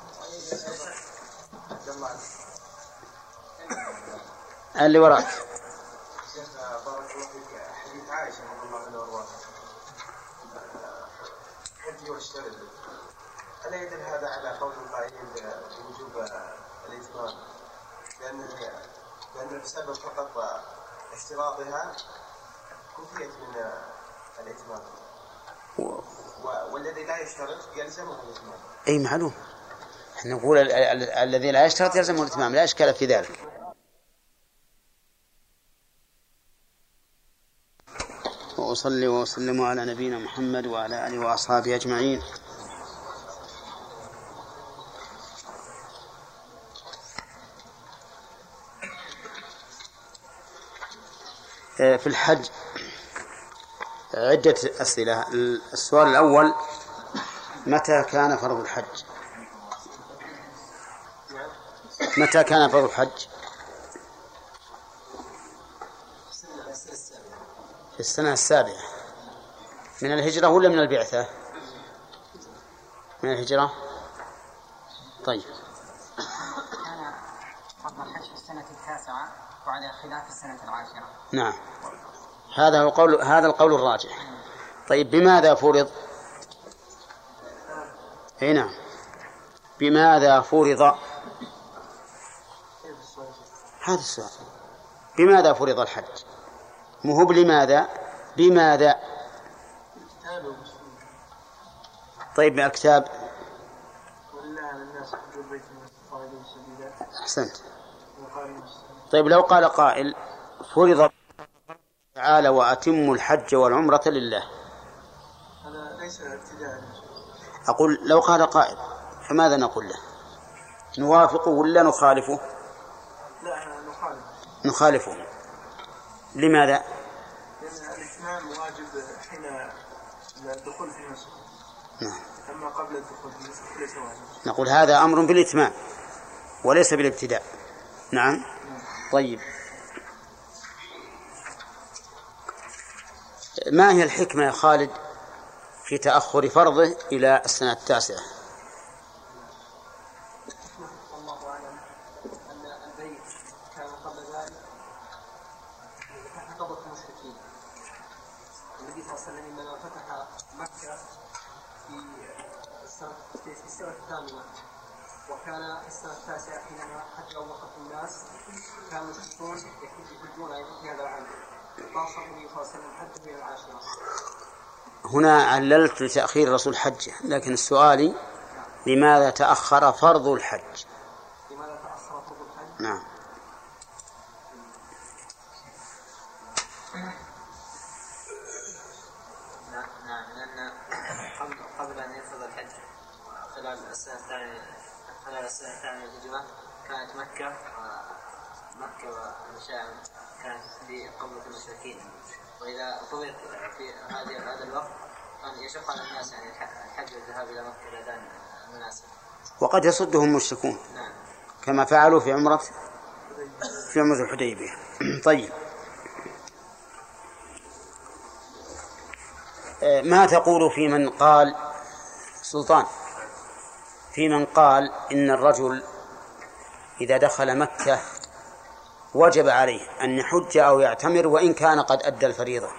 اللي وراك. حديث عائشة رضي الله عنها وارضاها حج واشترط، ألا يدل هذا على قول القائلين بوجوب الإتمام لأن لأن بسبب فقط اشتراطها كفيت من الإتمام و... والذي لا يشترط يلزمه الإتمام. أي معلوم، احنا نقول ال- ال- الذي لا يشترط يلزمه الإتمام، لا إشكال في ذلك. وأصلي وأسلم على نبينا محمد وعلى آله وأصحابه أجمعين. في الحج عدة أسئلة. السؤال الأول: متى كان فرض الحج؟ متى كان فرض الحج؟ في السنة السابعة من الهجرة ولا من البعثة؟ من الهجرة. طيب. كان فرض الحج في السنة التاسعة وعلى خلاف السنة العاشرة. نعم، هذا هو القول هذا القول الراجح. طيب، بماذا فرض؟ اي نعم، بماذا فرض؟ هذا السؤال، بماذا فرض الحج؟ مو هو بلماذا، بماذا. طيب، من الكتاب. أحسنت. طيب، لو قال قائل: فرض تعالى وأتموا الحج والعمرة لله، هذا ليس ابتداء. أقول لو قال قائل فماذا نقول له؟ نوافقه ولا نخالفه؟ لا، نخالف. نخالفه. لماذا؟ لأن الإتمام واجب حين الدخول في مصر. نعم. أما قبل الدخول في مصر ليس واجب. نقول هذا أمر بالإتمام وليس بالابتداء. نعم. طيب، ما هي الحكمة يا خالد في تأخر فرضه إلى السنة التاسعة؟ الله أعلم أن البيت كان قبل ذلك تحت قبضة المشركين. النبي صلى الله عليه وسلم لما فتح مكة في السنة في السنة الثامنة، وكان في السنة التاسعة حينما حج وقف الناس كانوا المشركون يحجون أيضا في هذا العام، فاصل النبي صلى الله عليه وسلم حتى إلى العاشرة. هنا عللت لتأخير الرسول حجه، لكن السؤال: لماذا تأخر فرض الحج؟ لماذا تأخر فرض الحج؟ نعم. نعم، لأن قبل قبل أن يفرض الحج خلال السنة الثانية خلال السنة الثانية من الهجرة كانت مكة مكة والمشاعر كانت في قبضة المشركين، وإذا فرض في هذه هذا الوقت كان يشق على الناس يعني الحج والذهاب إلى مكة لدان المناسب، وقد يصدهم المشركون. نعم. كما فعلوا في عمرة في عمرة الحديبية. طيب، ما تقول في من قال سلطان في من قال إن الرجل إذا دخل مكة وجب عليه أن يحج أو يعتمر وإن كان قد أدى الفريضة؟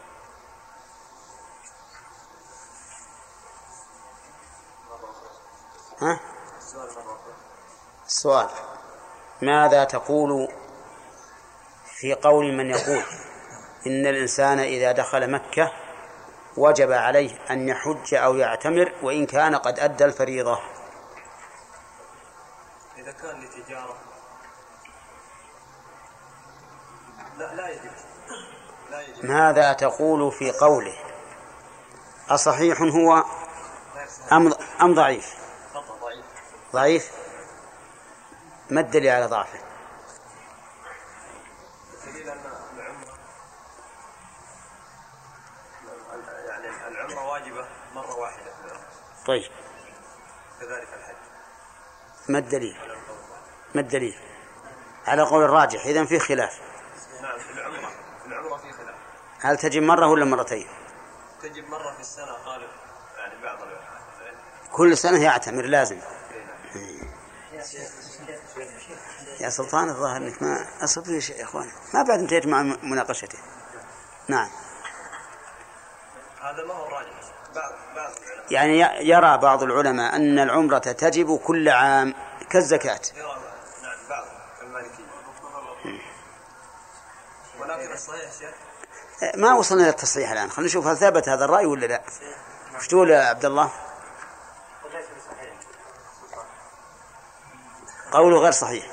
ها؟ السؤال: ماذا تقول في قول من يقول إن الإنسان إذا دخل مكة وجب عليه أن يحج أو يعتمر وإن كان قد أدى الفريضة؟ إذا كان لتجارة لا لا يجب. لا يجب. ماذا تقول في قوله؟ أصحيح هو أم أم ضعيف؟ ضعيف. ضعيف. ما الدليل على ضعفه؟ دليل أن العمرة يعني العمرة واجبة مرة واحدة. طيب، كذلك الحج. ما الدليل؟ ما الدليل؟ على قول الراجح إذن فيه خلاف. نعم في العمرة في العمرة في خلاف. هل تجب مرة ولا مرتين؟ تجب مرة في السنة غالب يعني بعض الوقت. كل سنة يعتمر لازم. يا سلطان الظاهر انك ما اصبر شيء يا اخوان، ما بعد انتهيت مع مناقشته. نعم. هذا ما هو الراجح. بعض بعض يعني يرى بعض العلماء ان العمرة تجب كل عام كالزكاة. يرى نعم بعض المالكية. ولكن الصحيح شيخ ما وصلنا إلى التصحيح الآن، خلينا نشوف هل ثبت هذا الرأي ولا لا. وش تقول يا عبد الله؟ قوله غير صحيح.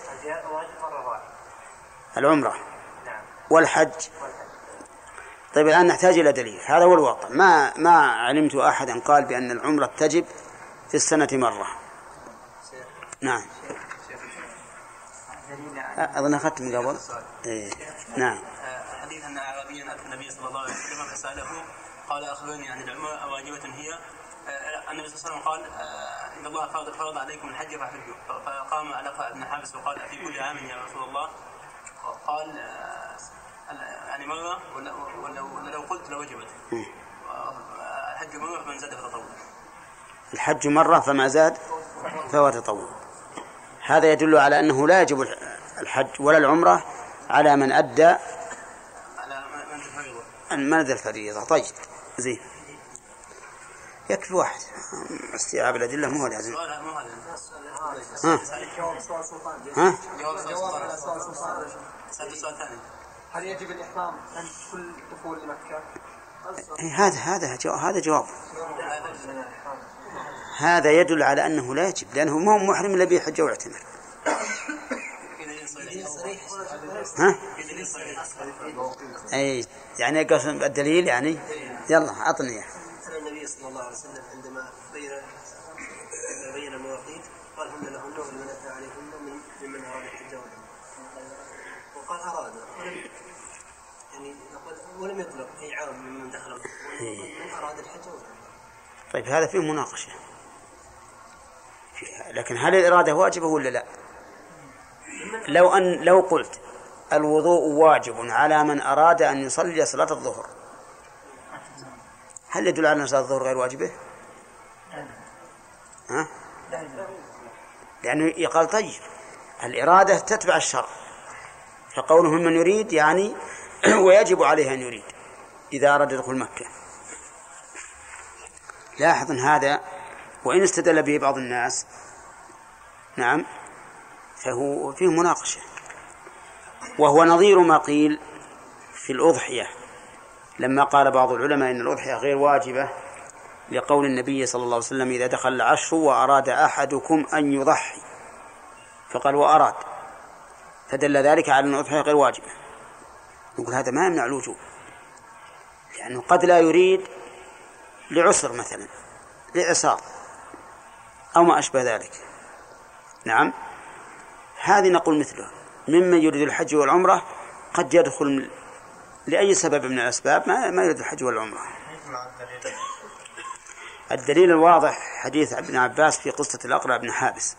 العمرة والحج. طيب الآن نحتاج إلى دليل، هذا هو الواقع. ما ما علمت أحدا قال بأن العمرة تجب في السنة مرة. نعم. أظن أخذت من قبل. إيه. نعم. حديث أن أعرابيا أتى النبي صلى الله عليه وسلم فسأله قال أخبرني عن العمرة أواجبة هي؟ النبي صلى الله عليه وسلم قال إن الله فرض فرض عليكم الحج فحجوا. فقام على ابن حابس وقال أفي كل عام يا رسول الله؟ قال يعني مرة ولا لو قلت لوجبت. الحج مرة فمن زاد فتطوع. الحج مرة فما زاد فهو تطوع. هذا يدل على أنه لا يجب الحج ولا العمرة على من أدى من أدى الفريضة. طيب زين، يكفي واحد استيعاب الأدلة مو لازم. ها ها هل يجب الإحرام عند كل دخول لمكة؟ هذا هذا جواب هذا جواب هذا يدل على أنه لا يجب، لأنه ما هو محرم إلا بحج واعتمر. ها؟ أي يعني قسم الدليل يعني يلا عطني إياه. النبي صلى الله عليه وسلم عندما بين بين المواقيت قال هن لهن ولمن أتى عليهن من ممن أراد الحج وقال أراد يعني ولم يطلق أي عام ممن دخل من أراد الحج. طيب هذا فيه مناقشة فيها. لكن هل الإرادة واجبة ولا لا؟ لو أن لو قلت الوضوء واجب على من أراد أن يصلي صلاة الظهر، هل يدل على أن صلاة الظهر غير واجبة؟ ها؟ لأنه يقال طيب الإرادة تتبع الشرع، فقولهم من يريد يعني ويجب عليه أن يريد إذا أراد دخول مكة. لاحظ هذا وإن استدل به بعض الناس نعم فهو فيه مناقشة، وهو نظير ما قيل في الأضحية لما قال بعض العلماء إن الأضحية غير واجبة لقول النبي صلى الله عليه وسلم إذا دخل العشر وأراد أحدكم أن يضحي، فقال وأراد، فدل ذلك على أن الأضحية غير واجبة. نقول هذا ما يمنع الوجوب، لأنه قد لا يريد لعسر مثلا لإعسار أو ما أشبه ذلك. نعم هذه نقول مثله ممن يريد الحج والعمرة قد يدخل لأي سبب من الأسباب ما ما يريد الحج والعمرة. الدليل الواضح حديث ابن عباس في قصة الأقرع بن حابس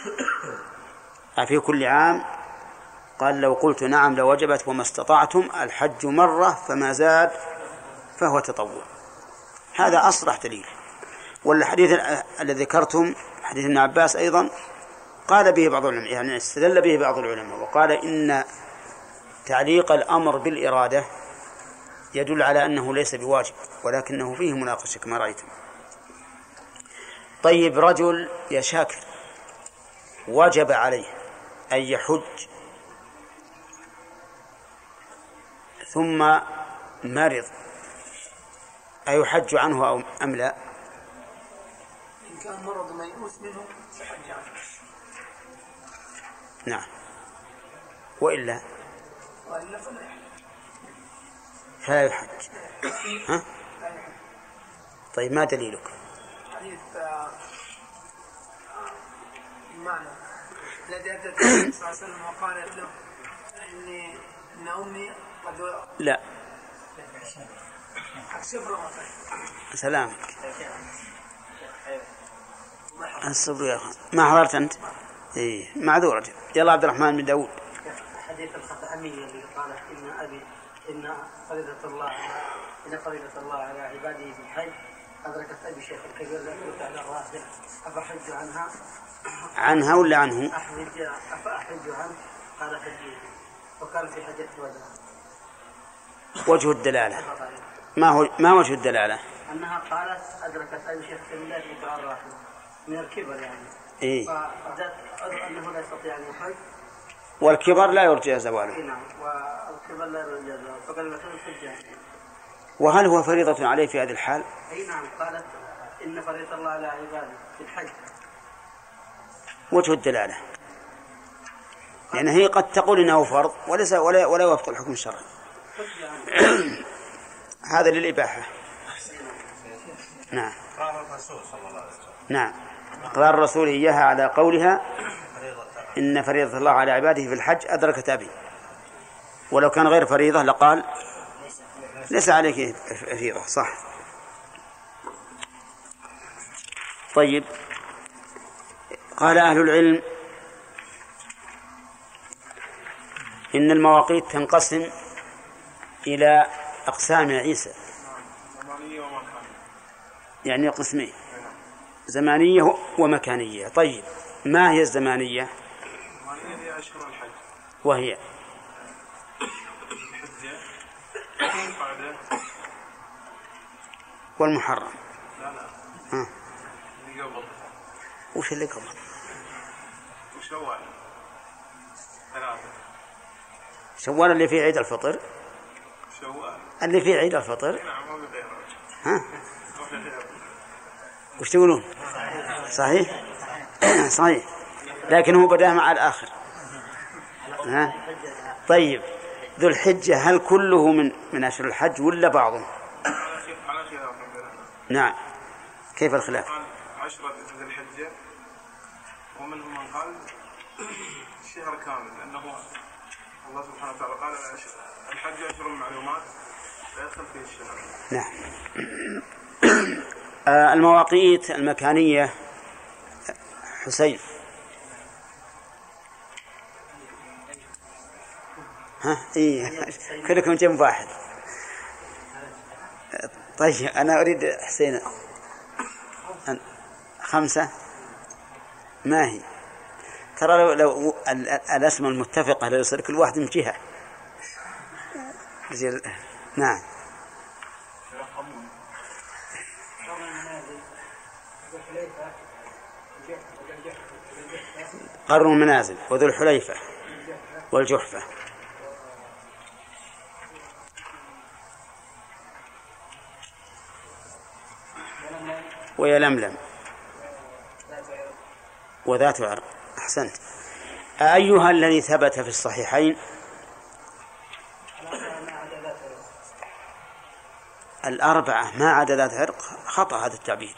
في كل عام قال لو قلت نعم لوجبت وما استطعتم الحج مرة فما زاد فهو تطوع. هذا أصرح دليل. والحديث الذي ذكرتم حديث ابن عباس أيضا قال به بعض العلماء، يعني استدل به بعض العلماء وقال إن تعليق الأمر بالإرادة يدل على أنه ليس بواجب ولكنه فيه مناقشة كما رأيتم. طيب رجل يا شاكر وجب عليه أن يحج ثم مرض أيحج عنه أو أم لا؟ إن كان مرض ما يؤوس منه فحج عنه. نعم وإلا وإلا فلا فلا يحج. ها؟ طيب ما دليلك؟ حديث المعنى الذي أتت النبي صلى الله عليه وسلم وقالت له إني إن أمي قد لا أكسبر سلامك الصبر يا أخي. ما حضرت أنت؟ إيه معذورة. يلا عبد الرحمن بن داود. حديث الخطأمية اللي قالت إن أبي إن فريضة الله إن فريضة الله على عباده في الحج أدركت أبي شيخ الكبير لا يرد على الرافع أفحج عنها عنها ولا عنه؟ أحج أفأحج عنه قال حجيه وكان في حجة الوداع. وجه الدلالة ما هو ما وجه الدلالة؟ أنها قالت أدركت أبي شيخ الكبير لا يرد على الرافع من الكبر يعني. إيه. فأدرك أنه لا يستطيع أن يحج. والكبر لا يرجى زواله. نعم والكبر لا يرجى زواله فقال له الحجة. وهل هو فريضة عليه في هذه الحال؟ أي نعم قالت إن فريضة الله على عباده في الحج. وجه الدلالة لأن يعني هي قد تقول إنه فرض وليس ولا ولا يوافق الحكم الشرعي. هذا للإباحة. نعم. قال الرسول صلى الله عليه وسلم. نعم. قال الرسول إياها على قولها إن فريضة الله على عباده في الحج أدركت أبي. ولو كان غير فريضة لقال ليس عليك فريضة. صح. طيب قال أهل العلم إن المواقيت تنقسم إلى أقسام عيسى يعني قسمين زمانية ومكانية. طيب ما هي الزمانية؟ هي أشهر الحج وهي والمحرم. لا لا ها. اللي قبل. وش اللي قبل؟ وشوال ثلاثة. شوال اللي فيه عيد الفطر. شوال اللي فيه عيد الفطر. نعم ما بغيره. ها وش تقولون؟ صحيح صحيح لكن هو بدأ مع الآخر. ها طيب ذو الحجة هل كله من من أشهر الحج ولا بعضه؟ على خلاف. نعم. كيف الخلاف؟ قال عشرة ذي الحجة ومنهم من قال شهر كامل لأنه الله سبحانه وتعالى قال الحج أشهر معلومات لا يدخل فيه الشهر. نعم. آه المواقيت المكانية حسين. ها إيه كلكم جنب واحد. طيب أنا أريد حسين خمسة. ما هي ترى لو, لو الأسماء المتفقة لو يصير كل واحد من جهة. نعم. قرن المنازل وذو الحليفة والجحفة. ويلملم وذات عرق. أحسنت. أيها الذي ثبت في الصحيحين الأربعة ما عدا ذات عرق. خطأ هذا التعبير.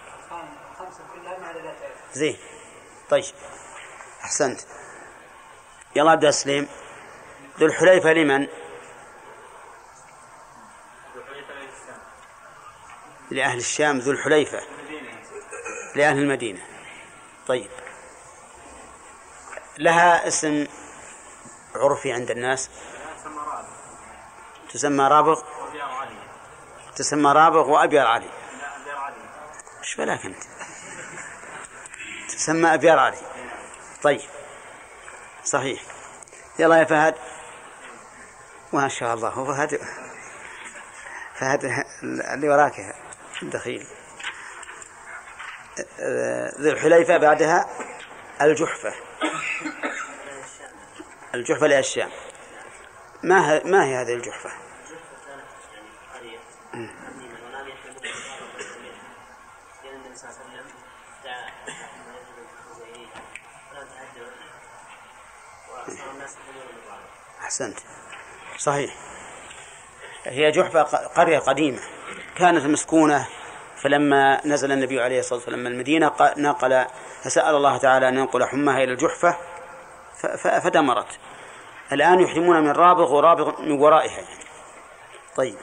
زين. طيب أحسنت. يلا أبدأ سليم. ذو الحليفة لمن؟ لأهل الشام. ذو الحليفة لأهل المدينة. طيب لها اسم عرفي عند الناس تسمى رابغ. تسمى رابغ وأبيار علي. ايش بلاك أنت؟ تسمى أبيار علي. طيب صحيح. يلا يا فهد. ما شاء الله. هو فهد فهد اللي وراك دخيل. ذي الحليفة بعدها الجحفة. الجحفة للشام. ما ما هي هذه الجحفة؟ أحسنت. صحيح. هي جحفة قرية قديمة كانت مسكونة فلما نزل النبي عليه الصلاة والسلام من المدينة نقل فسأل الله تعالى أن ينقل حمها إلى الجحفة فدمرت. الآن يحرمون من رابغ ورابغ من ورائها يعني. طيب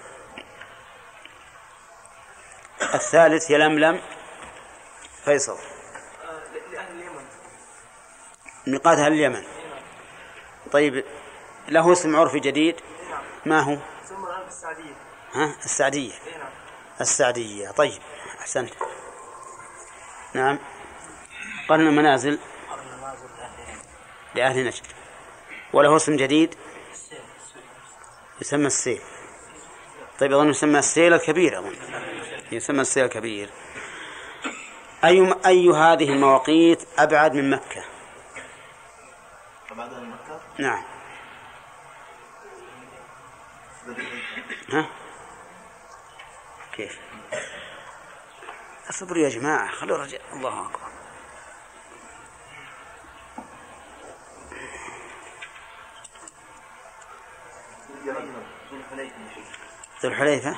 الثالث يلملم. فيصل. لأهل اليمن ميقات أهل اليمن. طيب له اسم عرفي جديد ما هو؟ ثم الآن السعدية. ها السعدية. السعدية. طيب أحسنت. نعم. قرن المنازل لأهل نجد. وله اسم جديد يسمى السيل. طيب أظن يسمى السيل الكبير. أظن يسمى السيل الكبير. أي أي هذه المواقيت أبعد من مكة؟ أبعد من مكة؟ نعم. ها؟ كيف؟ اصبروا يا جماعة، خلوا الرجال. الله أكبر. ذو الحليفة.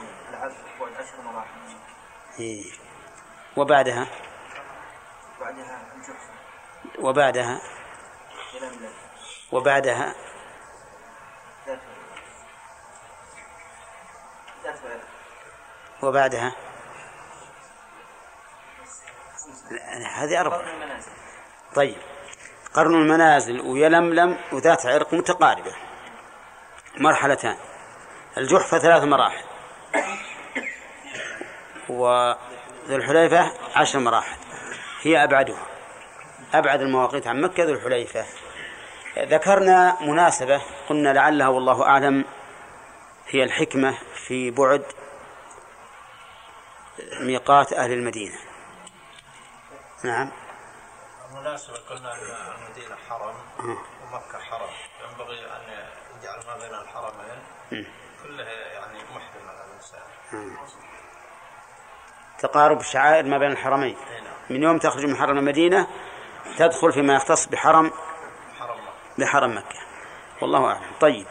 إيه. وبعدها بعدها الجحفة. وبعدها وبعدها وبعدها هذه أربعة. طيب قرن المنازل ويلملم وذات عرق متقاربة مرحلتان. الجحفة ثلاث مراحل وذو الحليفة عشر مراحل، هي أبعدها. أبعد المواقيت عن مكة ذو الحليفة. ذكرنا مناسبة قلنا لعلها والله أعلم هي الحكمة في بعد ميقات أهل المدينة. نعم. المناسبة قلنا أن المدينة حرم ومكة حرم، ينبغي أن يجعل ما بين الحرمين كلها يعني محرم على الإنسان. تقارب الشعائر ما بين الحرمين. من يوم تخرج من حرم المدينة تدخل فيما يختص بحرم بحرم مكة. والله أعلم. طيب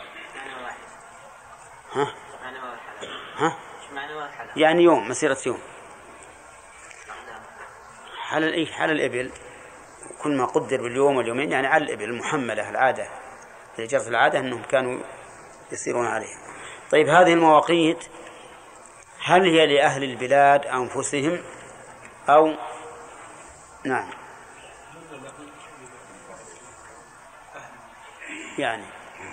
ها ها يعني يوم مسيرة يوم حال الإيه حال الإبل كل ما قدر باليوم واليومين يعني على الإبل المحملة العادة اللي جرت العادة أنهم كانوا يسيرون عليها. طيب هذه المواقيت هل هي لأهل البلاد أنفسهم أو نعم يعني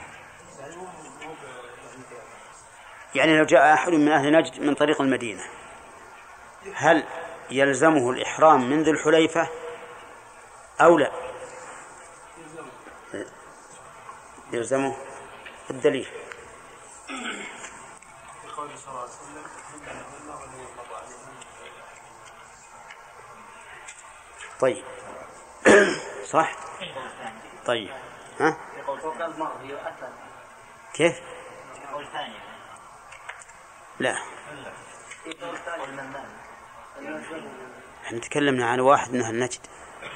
يعني لو جاء أحد من أهل نجد من طريق المدينة هل يلزمه الإحرام من ذي الحليفة أو لا؟ يلزمه. الدليل طيب صح. طيب ها كيف؟ لا احنا تكلمنا عن واحد من أهل نجد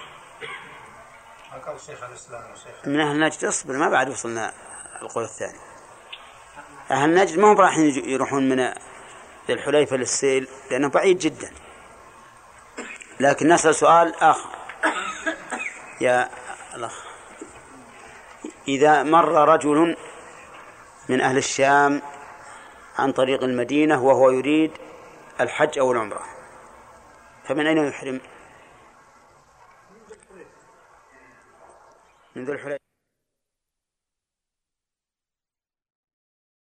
من أهل نجد. اصبر ما بعد وصلنا القول الثاني. أهل نجد ما هم راح يروحون من ذي الحليفة للسيل لأنه بعيد جدا، لكن نسأل سؤال آخر يا الأخ. إذا مر رجل من أهل الشام عن طريق المدينة وهو يريد الحج أو العمرة فمن أين يحرم؟ من ذي الحليفة.